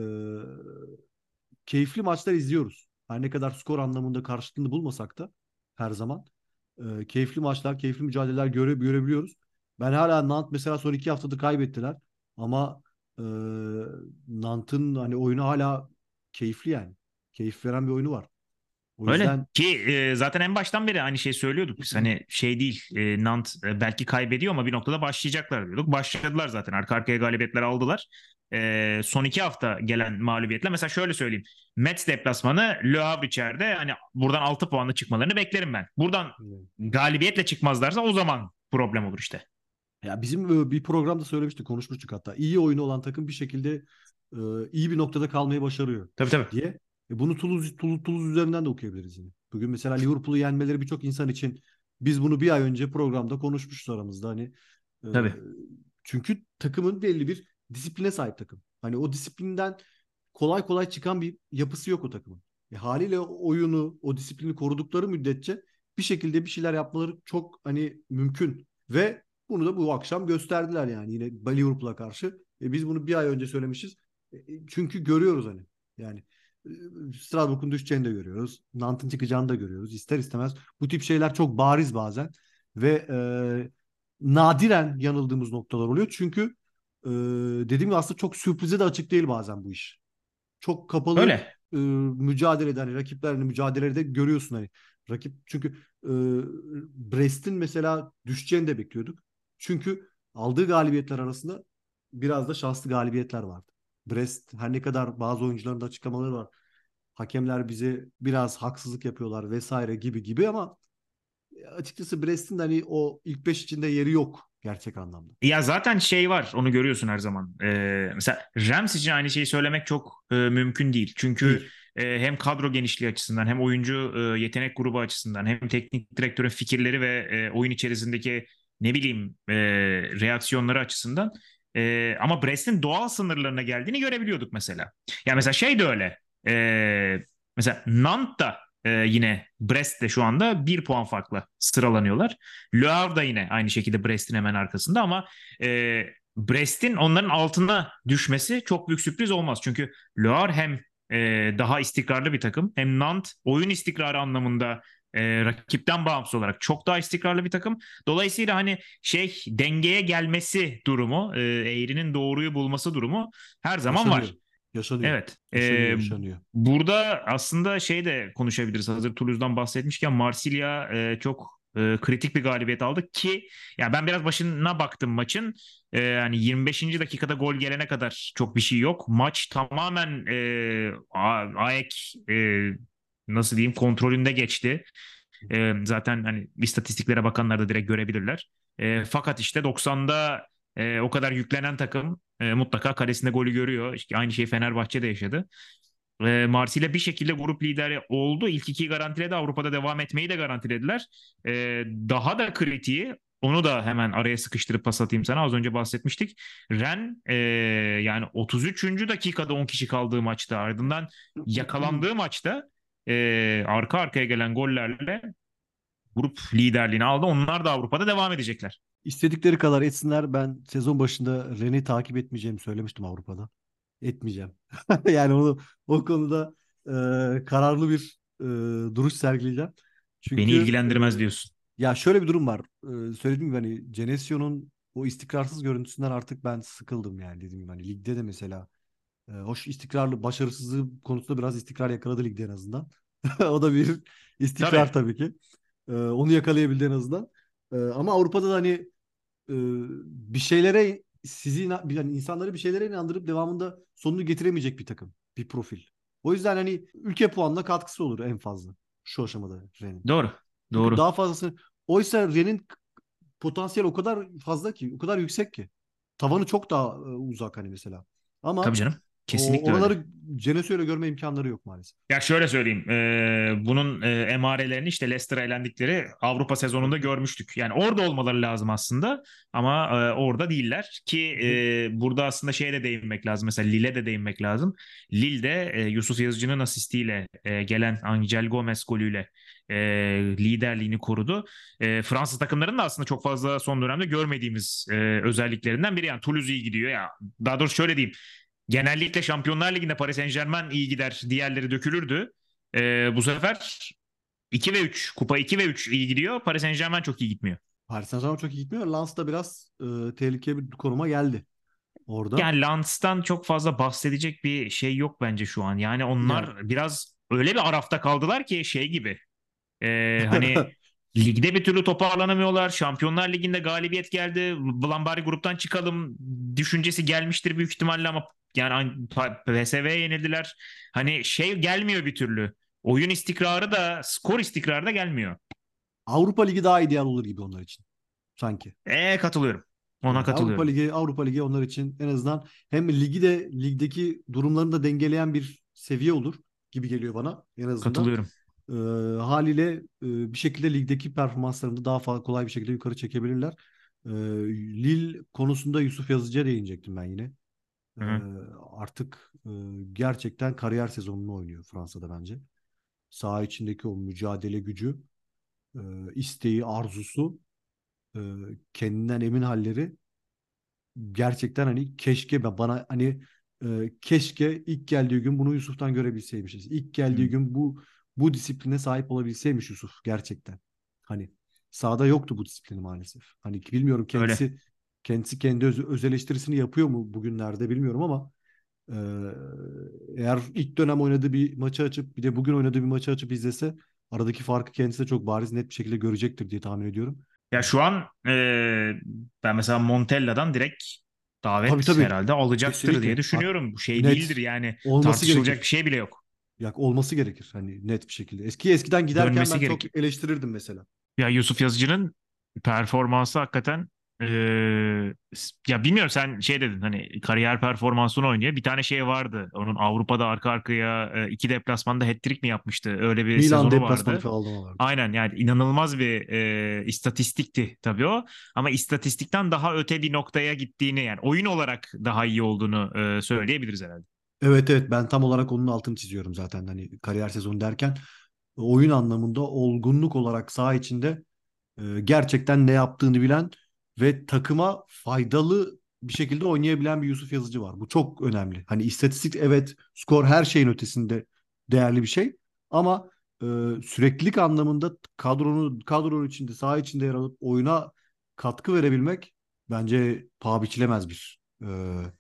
keyifli maçlar izliyoruz. Her ne kadar skor anlamında karşılığını bulmasak da her zaman e, keyifli maçlar, keyifli mücadeleler göre, görebiliyoruz. Ben hala Nantes mesela son iki haftadır kaybettiler ama e, Nantes'ın hani oyunu hala keyifli yani. Keyif veren bir oyunu var. O Öyle yüzden ki e, zaten en baştan beri aynı şey söylüyorduk biz. Hani şey değil, e, Nantes e, belki kaybediyor ama bir noktada başlayacaklar diyorduk. Başladılar zaten. Arka arkaya galibiyetler aldılar. E, son iki hafta gelen mağlubiyetle mesela şöyle söyleyeyim. Metz deplasmanı, Le Havre içeride. Hani buradan altı puanla çıkmalarını beklerim ben. Buradan galibiyetle çıkmazlarsa o zaman problem olur işte. ya bizim e, bir programda söylemiştik, konuşmuştuk hatta. İyi oyunu olan takım bir şekilde e, iyi bir noktada kalmayı başarıyor Tabii tabii. diye. E, bunu Toulouse, Toulouse, Toulouse üzerinden de okuyabiliriz yine. Bugün mesela Liverpool'u yenmeleri birçok insan için biz bunu bir ay önce programda konuşmuşuz aramızda. Hani e, Tabii. çünkü takımın belli bir disipline sahip takım. Hani o disiplinden kolay kolay çıkan bir yapısı yok o takımın. E, haliyle o oyunu, o disiplini korudukları müddetçe bir şekilde bir şeyler yapmaları çok hani mümkün. Ve bunu da bu akşam gösterdiler yani yine Liverpool'a karşı. E, biz bunu bir ay önce söylemişiz. E, çünkü görüyoruz hani. Yani e, Strasbourg'un düşeceğini de görüyoruz. Nantes'ın çıkacağını da görüyoruz. İster istemez bu tip şeyler çok bariz bazen. Ve e, nadiren yanıldığımız noktalar oluyor. Çünkü e, dediğim gibi aslında çok sürprize de açık değil bazen bu iş. Çok kapalı Öyle. e, mücadelede hani rakiplerle mücadelede görüyorsun hani. Rakip çünkü e, Brest'in mesela düşeceğini de bekliyorduk. Çünkü aldığı galibiyetler arasında biraz da şanslı galibiyetler vardı. Brest her ne kadar bazı oyuncuların da açıklamaları var. Hakemler bize biraz haksızlık yapıyorlar vesaire gibi gibi ama açıkçası Brest'in de hani o ilk beş içinde yeri yok gerçek anlamda. Ya zaten şey var, onu görüyorsun her zaman. Ee, mesela Rams için aynı şeyi söylemek çok e, mümkün değil. Çünkü Değil. e, hem kadro genişliği açısından hem oyuncu e, yetenek grubu açısından hem teknik direktörün fikirleri ve e, oyun içerisindeki ne bileyim e, reaksiyonları açısından. E, ama Brest'in doğal sınırlarına geldiğini görebiliyorduk mesela. Ya mesela şey de öyle. E, mesela Nantes da e, yine Brest de şu anda bir puan farklı sıralanıyorlar. Le Havre da yine aynı şekilde Brest'in hemen arkasında ama e, Brest'in onların altına düşmesi çok büyük sürpriz olmaz. Çünkü Le Havre hem e, daha istikrarlı bir takım hem Nantes oyun istikrarı anlamında e, rakipten bağımsız olarak çok daha istikrarlı bir takım. Dolayısıyla hani şey dengeye gelmesi durumu, e, eğrinin doğruyu bulması durumu her zaman Yaşanıyor. var. Yaşanıyor. Evet. Yaşanıyor, Ee, yaşanıyor. burada aslında şey de konuşabiliriz. Hazır Toulouse'dan bahsetmişken Marsilya e, çok e, kritik bir galibiyet aldı ki ya ben biraz başına baktım maçın. E, yani yirmi beşinci dakikada gol gelene kadar çok bir şey yok. Maç tamamen e, A- AEK e, nasıl diyeyim kontrolünde geçti. E, zaten hani istatistiklere bakanlar da direkt görebilirler. E, fakat işte doksanda e, o kadar yüklenen takım e, mutlaka kalesinde golü görüyor. İşte aynı şeyi Fenerbahçe de yaşadı. E, Marsilya bir şekilde grup lideri oldu. İlk ikiyi garantiledi. Avrupa'da devam etmeyi de garantilediler. E, daha da kritiği onu da hemen araya sıkıştırıp pas atayım sana. Az önce bahsetmiştik. Ren e, yani otuz üçüncü dakikada on kişi kaldığı maçta ardından yakalandığı maçta e, arka arkaya gelen gollerle grup liderliğini aldı. Onlar da Avrupa'da devam edecekler. İstedikleri kadar etsinler. Ben sezon başında Ren'i takip etmeyeceğimi söylemiştim Avrupa'da. Etmeyeceğim. Yani onu o konuda e, kararlı bir e, duruş sergileyeceğim. Beni Çünkü ilgilendirmez diyorsun. Ya şöyle bir durum var. Ee, söylediğim gibi hani Genesio'nun o istikrarsız görüntüsünden artık ben sıkıldım yani, dediğim gibi. Hani ligde de mesela e, hoş istikrarlı, başarısızlığı konusunda biraz istikrar yakaladı ligde en azından. O da bir istikrar Tabii. tabii ki. Ee, onu yakalayabildi en azından. Ee, ama Avrupa'da da hani e, bir şeylere sizi ina- yani insanları bir şeylere inandırıp devamında sonunu getiremeyecek bir takım, bir profil. O yüzden hani ülke puanına katkısı olur en fazla şu aşamada Ren'in. Doğru. Çünkü Doğru. daha fazlası, oysa Ren'in potansiyel o kadar fazla ki, o kadar yüksek ki. Tavanı çok daha e, uzak hani mesela. Tabii Ama canım. o Kesinlikle öyle. oraları Genesio ile görme imkanları yok maalesef. Ya şöyle söyleyeyim. E, bunun e, emarelerini işte Leicester'a elendikleri Avrupa sezonunda görmüştük. Yani orada olmaları lazım aslında ama e, orada değiller ki Hı hı. e, burada aslında şeye de değinmek lazım. Mesela Lille'e de değinmek lazım. Lille'de e, Yusuf Yazıcı'nın asistiyle e, gelen Angel Gomez golüyle e, liderliğini korudu. E, Fransız takımlarının da aslında çok fazla son dönemde görmediğimiz e, özelliklerinden biri. Yani Toulouse iyi gidiyor ya. Daha doğrusu şöyle diyeyim. Genellikle Şampiyonlar Ligi'nde Paris Saint-Germain iyi gider, diğerleri dökülürdü. Ee, bu sefer iki ve üç, Kupa iki ve üç iyi gidiyor. Paris Saint-Germain çok iyi gitmiyor. Paris Saint-Germain çok iyi gitmiyor. Lens da biraz e, tehlikeli bir konuma geldi orada. Yani Lens'tan çok fazla bahsedecek bir şey yok bence şu an. Yani Ya onlar biraz öyle bir arafta kaldılar ki şey gibi. Ee, hani ligde bir türlü toparlanamıyorlar. Şampiyonlar Ligi'nde galibiyet geldi. Ulan bari gruptan çıkalım düşüncesi gelmiştir büyük ihtimalle ama yani P S V'ye yenildiler. Hani şey gelmiyor bir türlü. Oyun istikrarı da skor istikrarı da gelmiyor. Avrupa Ligi daha ideal olur gibi onlar için sanki. E katılıyorum. Ona Yani Avrupa katılıyorum. Ligi Avrupa Ligi onlar için en azından hem ligi de ligdeki durumlarını da dengeleyen bir seviye olur gibi geliyor bana en azından. Katılıyorum. Ee, haliyle e, bir şekilde ligdeki performanslarını da daha fazla kolay bir şekilde yukarı çekebilirler. Ee, Lille konusunda Yusuf Yazıcı'ya değinecektim ben yine. Ee, Hı hı. artık e, gerçekten kariyer sezonunu oynuyor Fransa'da bence. Saha içindeki o mücadele gücü, e, isteği, arzusu, e, kendinden emin halleri gerçekten hani keşke ben bana hani e, keşke ilk geldiği gün bunu Yusuf'tan görebilseymişiz. İlk geldiği Hı. gün bu bu disipline sahip olabilseymiş Yusuf gerçekten. Hani sahada yoktu bu disiplini maalesef. Hani bilmiyorum Öyle. kendisi kendisi kendi öz, öz eleştirisini yapıyor mu bugünlerde bilmiyorum ama e, eğer ilk dönem oynadığı bir maçı açıp bir de bugün oynadığı bir maçı açıp izlese aradaki farkı kendisi de çok bariz net bir şekilde görecektir diye tahmin ediyorum. Ya şu an e, ben mesela Montella'dan direkt Tabii davet tabii. herhalde alacaktır diye Kesinlikle. Ha- düşünüyorum. Bu şey Net değildir yani olması tartışılacak bir gerekir. şey bile yok. Ya olması gerekir hani net bir şekilde. Eski eskiden giderken Dönmesi ben gerek. çok eleştirirdim mesela. Ya Yusuf Yazıcı'nın performansı hakikaten eee, ya bilmiyorum sen şey dedin hani kariyer performansını oynuyor. Bir tane şey vardı. Onun Avrupa'da arka arkaya e, iki deplasmanda hat-trick mi yapmıştı? Öyle bir Milan sezonu deplasmanı vardı. falan vardı. Aynen yani inanılmaz bir e, istatistikti tabii o. Ama istatistikten daha öte bir noktaya gittiğini yani oyun olarak daha iyi olduğunu e, söyleyebiliriz herhalde. Evet evet, ben tam olarak onun altını çiziyorum zaten hani kariyer sezonu derken oyun anlamında olgunluk olarak saha içinde e, gerçekten ne yaptığını bilen ve takıma faydalı bir şekilde oynayabilen bir Yusuf Yazıcı var. Bu çok önemli. Hani istatistik evet, skor her şeyin ötesinde değerli bir şey ama e, süreklilik anlamında kadronun kadronun içinde saha içinde yer alıp oyuna katkı verebilmek bence paha biçilemez bir e,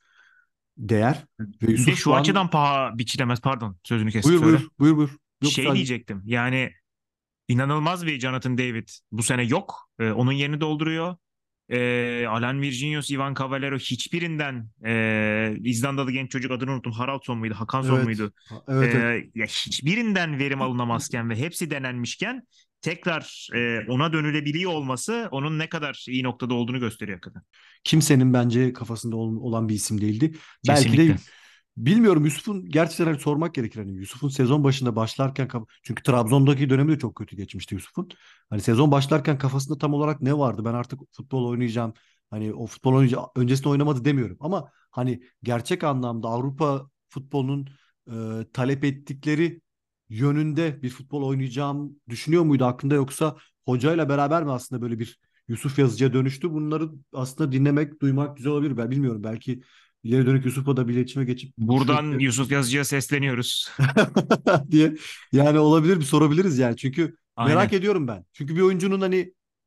değer. Ve Bir de Yusuf şu şu an açıdan paha biçilemez pardon sözünü kestim buyur söyle. buyur buyur buyur. Yok Şey sadece diyecektim yani İnanılmaz bir Jonathan David bu sene yok. Ee, onun yerini dolduruyor. Ee, Alan Virginius, Ivan Cavallero hiçbirinden e, İzlandalı genç çocuk adını unuttum. Haraldsson muydu? Hakanson evet muydu? ha- Ee, evet evet. ya hiçbirinden verim alınamazken ve hepsi denenmişken tekrar e, ona dönülebiliyor olması onun ne kadar iyi noktada olduğunu gösteriyor hakikaten. Kimsenin bence kafasında ol- olan bir isim değildi. Belki Kesinlikle. de bilmiyorum, Yusuf'un gerçekten hani sormak gerekir. Hani Yusuf'un sezon başında başlarken kaf- çünkü Trabzon'daki dönemi de çok kötü geçmişti Yusuf'un. Hani sezon başlarken kafasında tam olarak ne vardı? Ben artık futbol oynayacağım. Hani o futbol oynayacağım. Öncesinde oynamadı demiyorum. Ama hani gerçek anlamda Avrupa futbolunun e, talep ettikleri yönünde bir futbol oynayacağım düşünüyor muydu aklında, yoksa hocayla beraber mi aslında böyle bir Yusuf Yazıcı'ya dönüştü? Bunları aslında dinlemek, duymak güzel olabilir. Ben bilmiyorum. Belki İleri dönük Yusuf'la da bir iletişime geçip bu Buradan süreçte Yusuf Yazıcı'ya sesleniyoruz. diye yani olabilir, bir sorabiliriz yani. Çünkü merak Aynen. ediyorum ben. Çünkü bir oyuncunun hani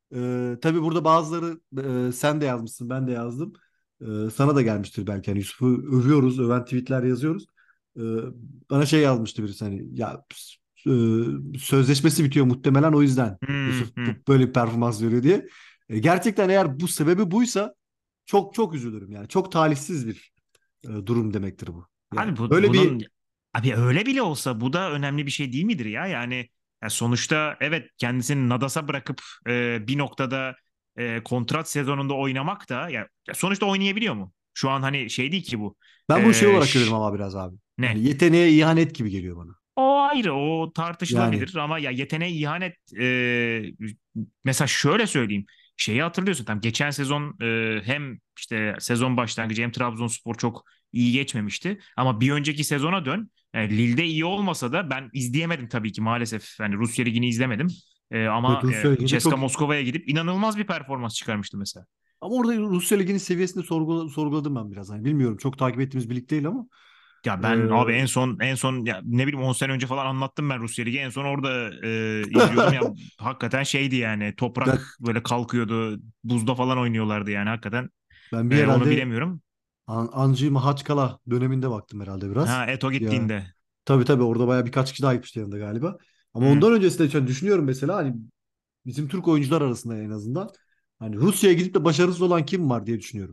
Ee, tabii burada bazıları e, sen de yazmışsın, ben de yazdım. Ee, sana da gelmiştir belki. Yani Yusuf'u övüyoruz, öven tweetler yazıyoruz. Ee, Bana şey yazmıştı birisi hani ya e, sözleşmesi bitiyor muhtemelen o yüzden Hmm, Yusuf hmm. bu- böyle bir performans veriyor diye. E, gerçekten eğer bu sebebi buysa çok çok üzülürüm yani. Çok talihsiz bir e, durum demektir bu. Yani Abi bu, böyle bir bunun abi öyle bile olsa bu da önemli bir şey değil midir ya? Yani ya sonuçta evet kendisini Nadas'a bırakıp e, bir noktada e, kontrat sezonunda oynamak da ya, ya sonuçta oynayabiliyor mu? Şu an hani şey değil ki bu. ben bunu şey E, olarak görüyorum ş- ama biraz abi. ne? Hani yeteneğe ihanet gibi geliyor bana. O ayrı, o Yani tartışılabilir ama ya yeteneğe ihanet e, mesela şöyle söyleyeyim. Şeyi hatırlıyorsun tam geçen sezon e, hem işte sezon başlangıcı hem Trabzonspor çok iyi geçmemişti ama bir önceki sezona dön. Yani Lille'de iyi olmasa da ben izleyemedim tabii ki maalesef. Yani Rusya Ligi'ni izlemedim. E, evet, ama Rusya e, Ligi'nde C S K A çok. Moskova'ya gidip inanılmaz bir performans çıkarmıştı mesela. Ama orada Rusya Ligi'nin seviyesini sorgula- sorguladım ben biraz. Hani bilmiyorum çok takip ettiğimiz bir lig değil ama Ya e, ben abi en son en son ya ne bileyim on sene önce falan anlattım ben Rusya Ligi. En son orada e, izliyordum ya hakikaten şeydi yani toprak ben, böyle kalkıyordu. Buzda falan oynuyorlardı yani hakikaten. ben bir E, onu herhalde bilemiyorum. An Anji Mahaçkala döneminde baktım herhalde biraz. Ha Eto Ya gittiğinde. tabii tabii orada bayağı birkaç kişi daha gitmişti yanında galiba. Ama Hı. ondan öncesinde şöyle düşünüyorum mesela hani bizim Türk oyuncular arasında en azından hani Rusya'ya gidip de başarısız olan kim var diye düşünüyorum.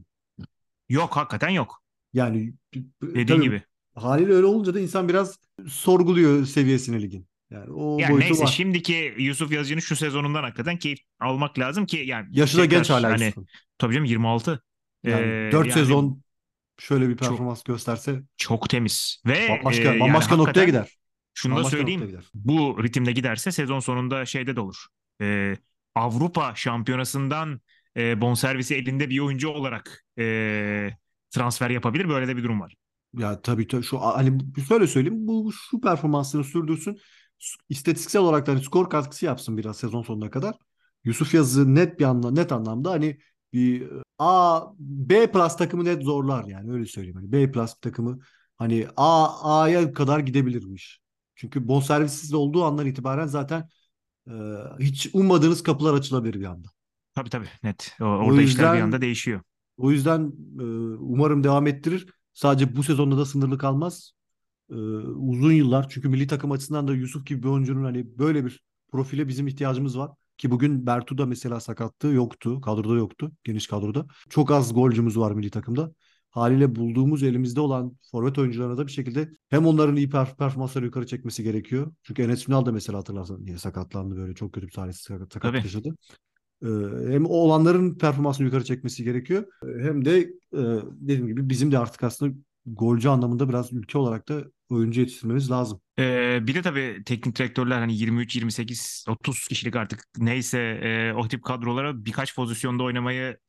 Yok hakikaten yok. Yani Dediğin tabii gibi. haliyle öyle olunca da insan biraz sorguluyor seviyesini ligin. Yani o Yani boyutu neyse var. şimdiki Yusuf Yazıcı'nın şu sezonundan hakikaten keyif almak lazım ki yani Yaşı da genç tekrar hala hani Yusuf'un. tabii canım yirmi altı. E, Yani dört yani sezon şöyle bir çok performans gösterse çok temiz ve e, bambaşka yani bambaşka noktaya hakikaten gider. şunu da Bambaşka noktaya söyleyeyim. gider. Bu ritimde giderse sezon sonunda şeyde de olur. Ee, Avrupa Şampiyonası'ndan e, bonservisi elinde bir oyuncu olarak e, transfer yapabilir. Böyle de bir durum var. Ya tabii tabii şu hani şöyle söyleyeyim bu şu performansını sürdürsün. S- istatistiksel olarak da hani skor katkısı yapsın biraz sezon sonuna kadar. Yusuf Yazı net bir anla net anlamda hani bir e, A B plus takımı net zorlar yani öyle söyleyeyim. Hani B plus bir takımı hani A A'ya kadar gidebilirmiş. Çünkü bonservissiz olduğu andan itibaren zaten e, hiç ummadığınız kapılar açılabilir bir anda. Tabii tabii net. O- O orada işler bir anda yüzden değişiyor. o yüzden e, umarım devam ettirir. Sadece bu sezonda da sınırlı kalmaz. Ee, uzun yıllar çünkü milli takım açısından da Yusuf gibi bir oyuncunun hani böyle bir profile bizim ihtiyacımız var. Ki bugün Bertu da mesela sakattı, yoktu. Kadroda yoktu. Geniş kadroda. Çok az golcümüz var milli takımda. Haliyle bulduğumuz elimizde olan forvet oyuncularına da bir şekilde hem onların iyi per- performansları yukarı çekmesi gerekiyor. Çünkü Enes Ünal da mesela hatırlarsan yine sakatlandı böyle çok kötü bir talihsiz sakat- sakatlık Tabii. yaşadı. Ee, Hem o olanların performansını yukarı çekmesi gerekiyor. Ee, Hem de e, dediğim gibi bizim de artık aslında golcü anlamında biraz ülke olarak da oyuncu yetiştirmemiz lazım. Ee, bir de tabii teknik direktörler hani yirmi üç, yirmi sekiz, otuz kişilik artık neyse e, o tip kadrolara birkaç pozisyonda oynamayı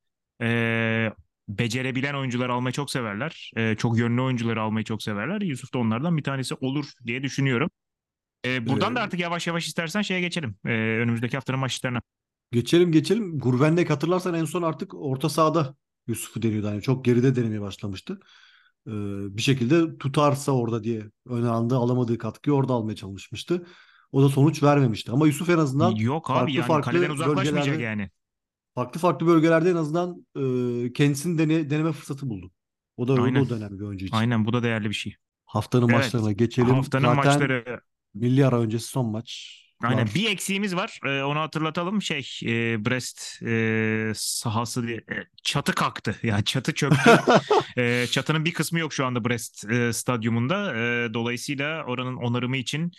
e, becerebilen oyuncular almayı çok severler. E, çok yönlü oyuncuları almayı çok severler. Yusuf da onlardan bir tanesi olur diye düşünüyorum. E, buradan da Ee, artık yavaş yavaş istersen şeye geçelim. E, önümüzdeki haftanın maçlarına. Geçelim geçelim. Gurbennek hatırlarsan en son artık orta sahada Yusuf'u deniyordu. Yani çok geride denemeye başlamıştı. Ee, Bir şekilde tutarsa orada diye ön anda alamadığı katkıyı orada almaya çalışmıştı. O da sonuç vermemişti. Ama Yusuf en azından Yok abi farklı yani kaleden farklı uzaklaşmayacak bölgelerde yani. farklı farklı bölgelerde en azından e, kendisini dene- deneme fırsatı buldu. O da o da Aynen. o dönemli bir oyuncu için. Aynen bu da değerli bir şey. Haftanın Evet. maçlarına geçelim. Haftanın Zaten maçları. milli ara öncesi son Aynen maçlar. bir eksiğimiz var. Ee, onu hatırlatalım. Şey e, Brest e, sahası diye e, çatı kalktı. Yani çatı çöktü. E, çatının bir kısmı yok şu anda Brest e, stadyumunda. E, dolayısıyla oranın onarımı için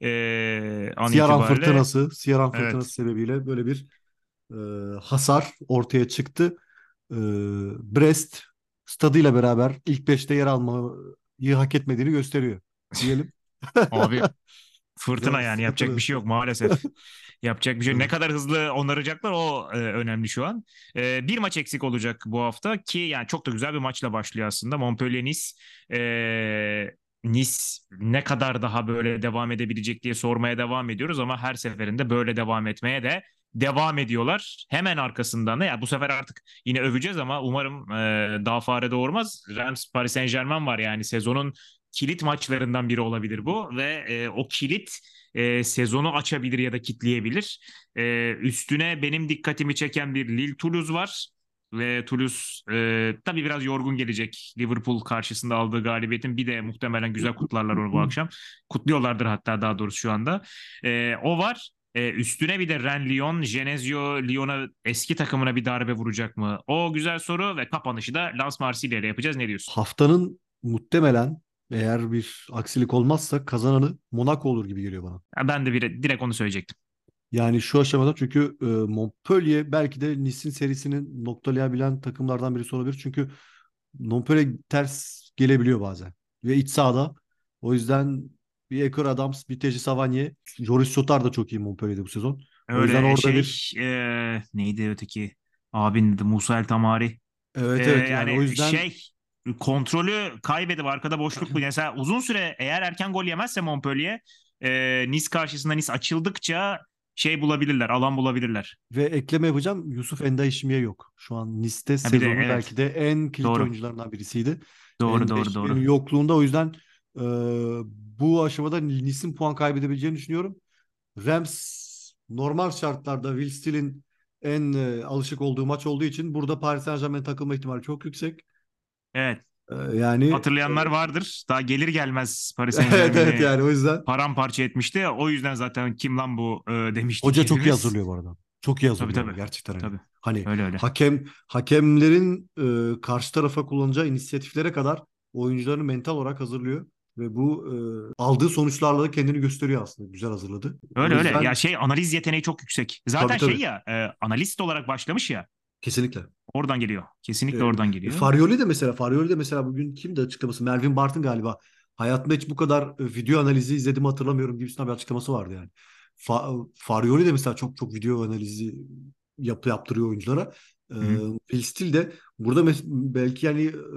e, an Siyaran itibariyle fırtınası, Siyaran evet. fırtınası sebebiyle böyle bir e, hasar ortaya çıktı. E, Brest stadıyla beraber ilk beşte yer almayı hak etmediğini gösteriyor diyelim. Abi fırtına yani yapacak bir Sıkıntılı. şey yok maalesef. Yapacak bir şey yok. Ne Evet. kadar hızlı onaracaklar o e, önemli şu an. E, bir maç eksik olacak bu hafta ki yani çok da güzel bir maçla başlıyor aslında. Montpellier-Nice. E, Nice ne kadar daha böyle devam edebilecek diye sormaya devam ediyoruz ama her seferinde böyle devam etmeye de devam ediyorlar. Hemen arkasından da ya bu sefer artık yine öveceğiz ama umarım e, daha fare doğurmaz. Reims Paris Saint-Germain var yani sezonun kilit maçlarından biri olabilir bu ve e, o kilit e, sezonu açabilir ya da kitleyebilir. E, üstüne benim dikkatimi çeken bir Lille Toulouse var. Ve Toulouse e, tabii biraz yorgun gelecek. Liverpool karşısında aldığı galibiyetin bir de muhtemelen güzel kutlarlar onu bu akşam. Kutluyorlardır hatta daha doğrusu şu anda. E, o var. E, üstüne bir de Rennes Lyon, Genesio Lyon'a eski takımına bir darbe vuracak mı? O güzel soru ve kapanışı da Lens Marsilya ile yapacağız. Ne diyorsun? Haftanın muhtemelen, eğer bir aksilik olmazsa, kazananı Monaco olur gibi geliyor bana. Ha, ben de bir, direkt onu söyleyecektim. Yani şu aşamada, çünkü e, Montpellier belki de Nice'in serisini noktalayabilen takımlardan birisi olabilir. Çünkü Montpellier ters gelebiliyor bazen. Ve iç sahada. O yüzden bir Ekor Adams, bir Teji Savanier, Joris Sotar da çok iyi Montpellier'de bu sezon. O yüzden Öyle e, orada şey bir, e, neydi öteki abinin adı Musa El Tamari. E, evet evet, yani o yani yüzden şey kontrolü kaybedip arkada boşluk bu. Mesela uzun süre eğer erken gol yemezse Montpellier e, Nice karşısında Nice açıldıkça şey bulabilirler, alan bulabilirler. ve ekleme yapacağım, Yusuf Endayişmiye yok. Şu an Nice'te Ha bir de sezonun belki evet, de en kilit doğru. oyuncularından birisiydi. Doğru doğru doğru. Endayişmiye'nin yokluğunda, o yüzden e, bu aşamada Nice'in puan kaybedebileceğini düşünüyorum. Rams normal şartlarda Will Steele'in en e, alışık olduğu maç olduğu için burada Paris Saint-Germain takılma ihtimali çok yüksek. Evet. E, yani Hatırlayanlar vardır. Daha gelir gelmez Paris evet evet, Saint-Germain'i yani o yüzden paramparça etmişti. O yüzden zaten kim lan bu e, demiştik hoca çok iyi hepimiz. hazırlıyor bu arada. Çok iyi Tabii hazırlıyor ama tabii. gerçekten hani. Tabii. Hani Öyle öyle. hakem hakemlerin e, karşı tarafa kullanacağı inisiyatiflere kadar oyuncularını mental olarak hazırlıyor ve bu e, aldığı sonuçlarla da kendini gösteriyor aslında. Güzel hazırladı. O Öyle öyle. Ya yüzden şey analiz yeteneği çok yüksek. tabii Zaten şey tabii, ya e, analist olarak başlamış ya. kesinlikle. Oradan geliyor. Kesinlikle E, oradan e, geliyor. Farioli de mesela Farioli de mesela bugün kimdi açıklaması? Melvin Bart'ın galiba. Hayatımda hiç bu kadar e, video analizi izlediğimi hatırlamıyorum gibisinden bir açıklaması vardı yani. Fa- Farioli de mesela çok çok video analizi yap yaptırıyor oyunculara. E, Hı hı. Phil Steele de burada mes- belki yani e,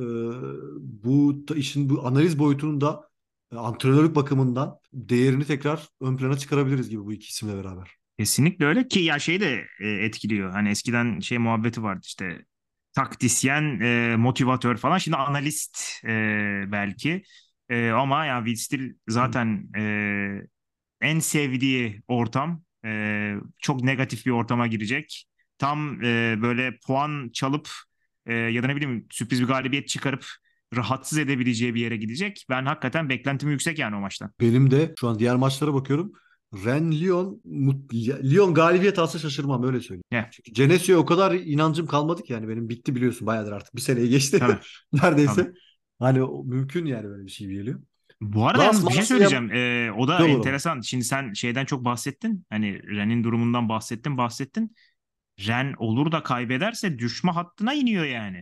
bu ta- işin bu analiz boyutunun da e, antrenörlük bakımından değerini tekrar ön plana çıkarabiliriz gibi bu iki isimle beraber. Kesinlikle öyle ki ya şey de e, etkiliyor. Hani eskiden şey muhabbeti vardı işte taktisyen, e, motivatör falan. Şimdi analist e, belki. E, ama ya Will Steele zaten e, en sevdiği ortam e, çok negatif bir ortama girecek. Tam e, böyle puan çalıp e, ya da ne bileyim sürpriz bir galibiyet çıkarıp rahatsız edebileceği bir yere gidecek. Ben hakikaten beklentim yüksek yani o maçtan. Benim de şu an diğer maçlara bakıyorum. Rennes Lyon mut- Lyon galibiyet alsa şaşırmam, öyle söyleyeyim. Ya Çünkü Genesio'ya o kadar inancım kalmadı ki, yani benim bitti biliyorsun, bayağıdır artık bir seneye geçti tabii tabii. neredeyse. Hani o- mümkün yani, böyle bir şey geliyor. Bu arada Lens yalnız bir şey Marsilya söyleyeceğim. Ee, o da güzel olur ama. enteresan. Şimdi sen şeyden çok bahsettin. Hani Ren'in durumundan bahsettin, bahsettin. Ren olur da kaybederse düşme hattına iniyor yani.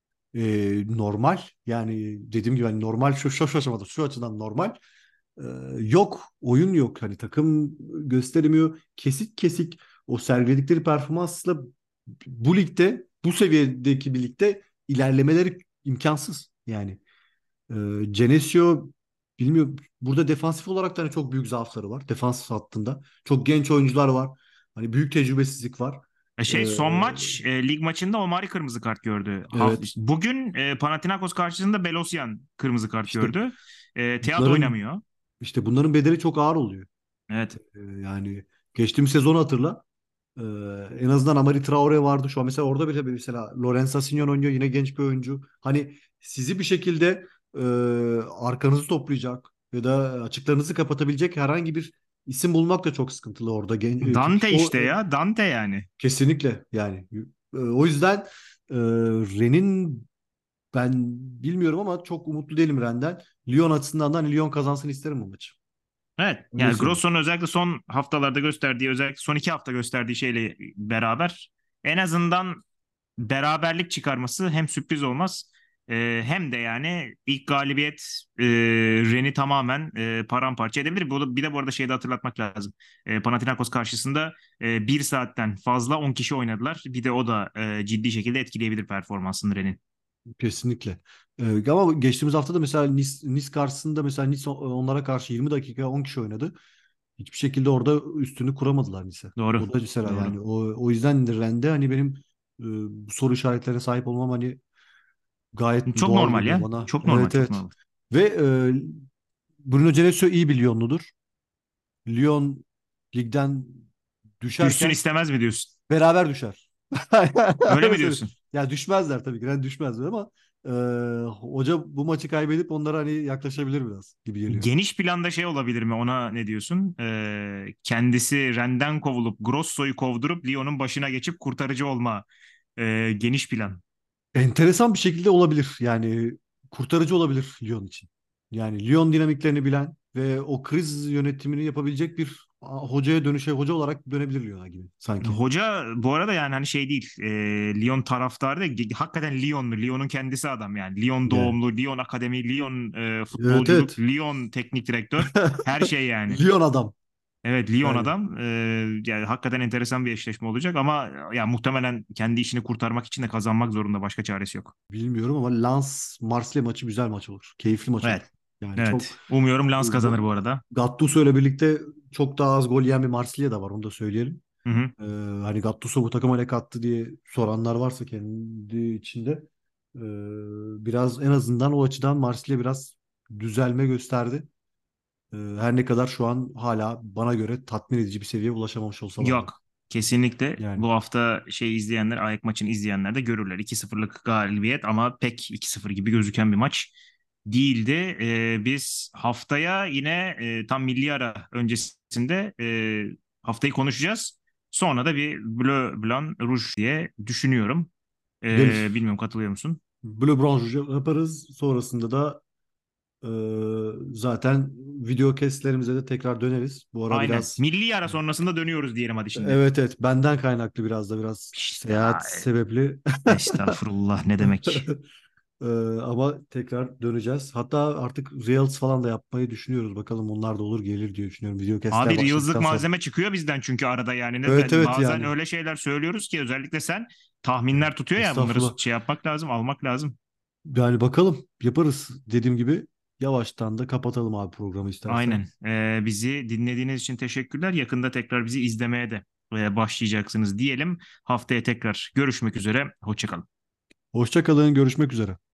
Ee, normal yani, dediğim gibi hani normal, şu, şu, şu aşamada şu açıdan normal. Ee, yok oyun yok, hani takım gösteremiyor, kesik kesik o sergiledikleri performansla bu ligde, bu seviyedeki bir ligde ilerlemeleri imkansız yani. Ee, Genesio, bilmiyorum, burada defansif olarak da hani çok büyük zaafları var defans hattında, çok genç oyuncular var, hani büyük tecrübesizlik var. E Ee, şey son maç e, lig maçında Omari kırmızı kart gördü. Haft evet, Bugün e, Panathinaikos karşısında Belosyan kırmızı kart işte gördü. E, Teat bunların oynamıyor. işte bunların bedeli çok ağır oluyor. Evet. Ee, yani geçtiğimiz sezonu hatırla. Ee, en azından Amari Traore vardı. Şu an mesela orada bile mesela Lorenzo Insigne oynuyor. Yine genç bir oyuncu. Hani sizi bir şekilde e, arkanızı toplayacak ya da açıklarınızı kapatabilecek herhangi bir isim bulmak da çok sıkıntılı orada. Gen- e, çünkü Dante o işte e, ya. Dante yani. kesinlikle yani. E, o yüzden e, Ren'in, ben bilmiyorum ama çok umutlu değilim Ren'den. Lyon açısından da hani Lyon kazansın isterim bu maçı. Evet. Öyle Yani söyleyeyim. Grosso'nun özellikle son haftalarda gösterdiği, özellikle son iki hafta gösterdiği şeyle beraber en azından beraberlik çıkarması hem sürpriz olmaz e, hem de yani ilk galibiyet e, Ren'i tamamen e, paramparça edebilir. Bu, bir de bu arada şeyi de hatırlatmak lazım. E, Panathinaikos karşısında e, bir saatten fazla on kişi oynadılar. Bir de o da e, ciddi şekilde etkileyebilir performansını Ren'in. Kesinlikle. Ee, ama geçtiğimiz hafta da mesela Nice, Nice karşısında, mesela Nice onlara karşı yirmi dakika on kişi oynadı. Hiçbir şekilde orada üstünü kuramadılar Nice. Doğru. O da mesela Doğru. yani o, o yüzden de Rende hani benim e, bu soru işaretlerine sahip olmam hani gayet Çok doğal normal geliyor ya. bana. Çok normal, Evet çok evet. normal. Ve e, Bruno Genesio iyi bir Lyonludur. Lyon ligden Düşsün düşerken istemez mi diyorsun? beraber düşer. Öyle Öyle mi söyleyeyim. diyorsun? Ya düşmezler tabii ki. Yani düşmezler ama e, hoca bu maçı kaybedip onlara hani yaklaşabilir biraz gibi geliyor. Geniş planda şey olabilir mi? Ona ne diyorsun? Ee, kendisi Rennes'den kovulup Grosso'yu kovdurup Lyon'un başına geçip kurtarıcı olma. Ee, geniş plan. Enteresan bir şekilde olabilir. Yani kurtarıcı olabilir Lyon için. Yani Lyon dinamiklerini bilen ve o kriz yönetimini yapabilecek bir hocaya dönüşe hoca olarak dönebilir Lyon'a gibi sanki. Hoca bu arada yani hani şey değil. E, Lyon taraftarı da ge- hakikaten Lyonlu. Lyon'un kendisi adam yani. Lyon Yani. doğumlu, Lyon akademi, Lyon e, Evet, futbolculuk, evet. Lyon teknik direktör. Her şey yani. Lyon adam. Evet, Lyon Yani adam. E, yani hakikaten enteresan bir eşleşme olacak ama ya muhtemelen kendi işini kurtarmak için de kazanmak zorunda. Başka çaresi yok. bilmiyorum ama Lens Marsilya maçı güzel maç olur. Keyifli maç olur. Evet. Yani çok Evet. Umuyorum Lens kazanır Go- bu arada. Gattuso ile birlikte çok daha az gol yiyen bir Marsilya da var, onu da söyleyelim. Hı hı. Ee, hani Gattuso bu takıma ne kattı diye soranlar varsa kendi içinde ee, biraz en azından o açıdan Marsilya biraz düzelme gösterdi. Ee, her ne kadar şu an hala bana göre tatmin edici bir seviyeye ulaşamamış olsalar da. Yok. Kesinlikle Yani bu hafta şey izleyenler, Ayak maçını izleyenler de görürler. iki sıfırlık galibiyet ama pek iki sıfır gibi gözüken bir maç değildi. Ee, biz haftaya yine e, tam milli ara öncesinde e, haftayı konuşacağız. Sonra da bir Bleu Blanc Rouge diye düşünüyorum. Ee, demiş. bilmiyorum, katılıyor musun? Bleu Bronze yaparız. Sonrasında da ee, zaten video kesitlerimize de tekrar döneriz. Bu ara Aynen. biraz Milli ara sonrasında dönüyoruz diyelim hadi şimdi. evet, evet, benden kaynaklı biraz da biraz İşte seyahat ay, sebepli. estağfurullah ne demek. Ee, ama tekrar döneceğiz. Hatta artık Reels falan da yapmayı düşünüyoruz. Bakalım onlar da olur gelir diye düşünüyorum. Video kesitler Abi yıllık başladıktan sonra. malzeme çıkıyor bizden çünkü arada yani. Ne, Evet, de- evet, bazen yani. öyle şeyler söylüyoruz ki özellikle sen tahminler tutuyor ya, bunları Estağfurullah. şey yapmak lazım, almak lazım. Yani bakalım yaparız dediğim gibi. Yavaştan da kapatalım abi programı istersen. Aynen. Ee, bizi dinlediğiniz için teşekkürler. Yakında tekrar bizi izlemeye de e, başlayacaksınız diyelim. Haftaya tekrar görüşmek üzere. Hoşça kalın. Hoşça kalın. Görüşmek üzere.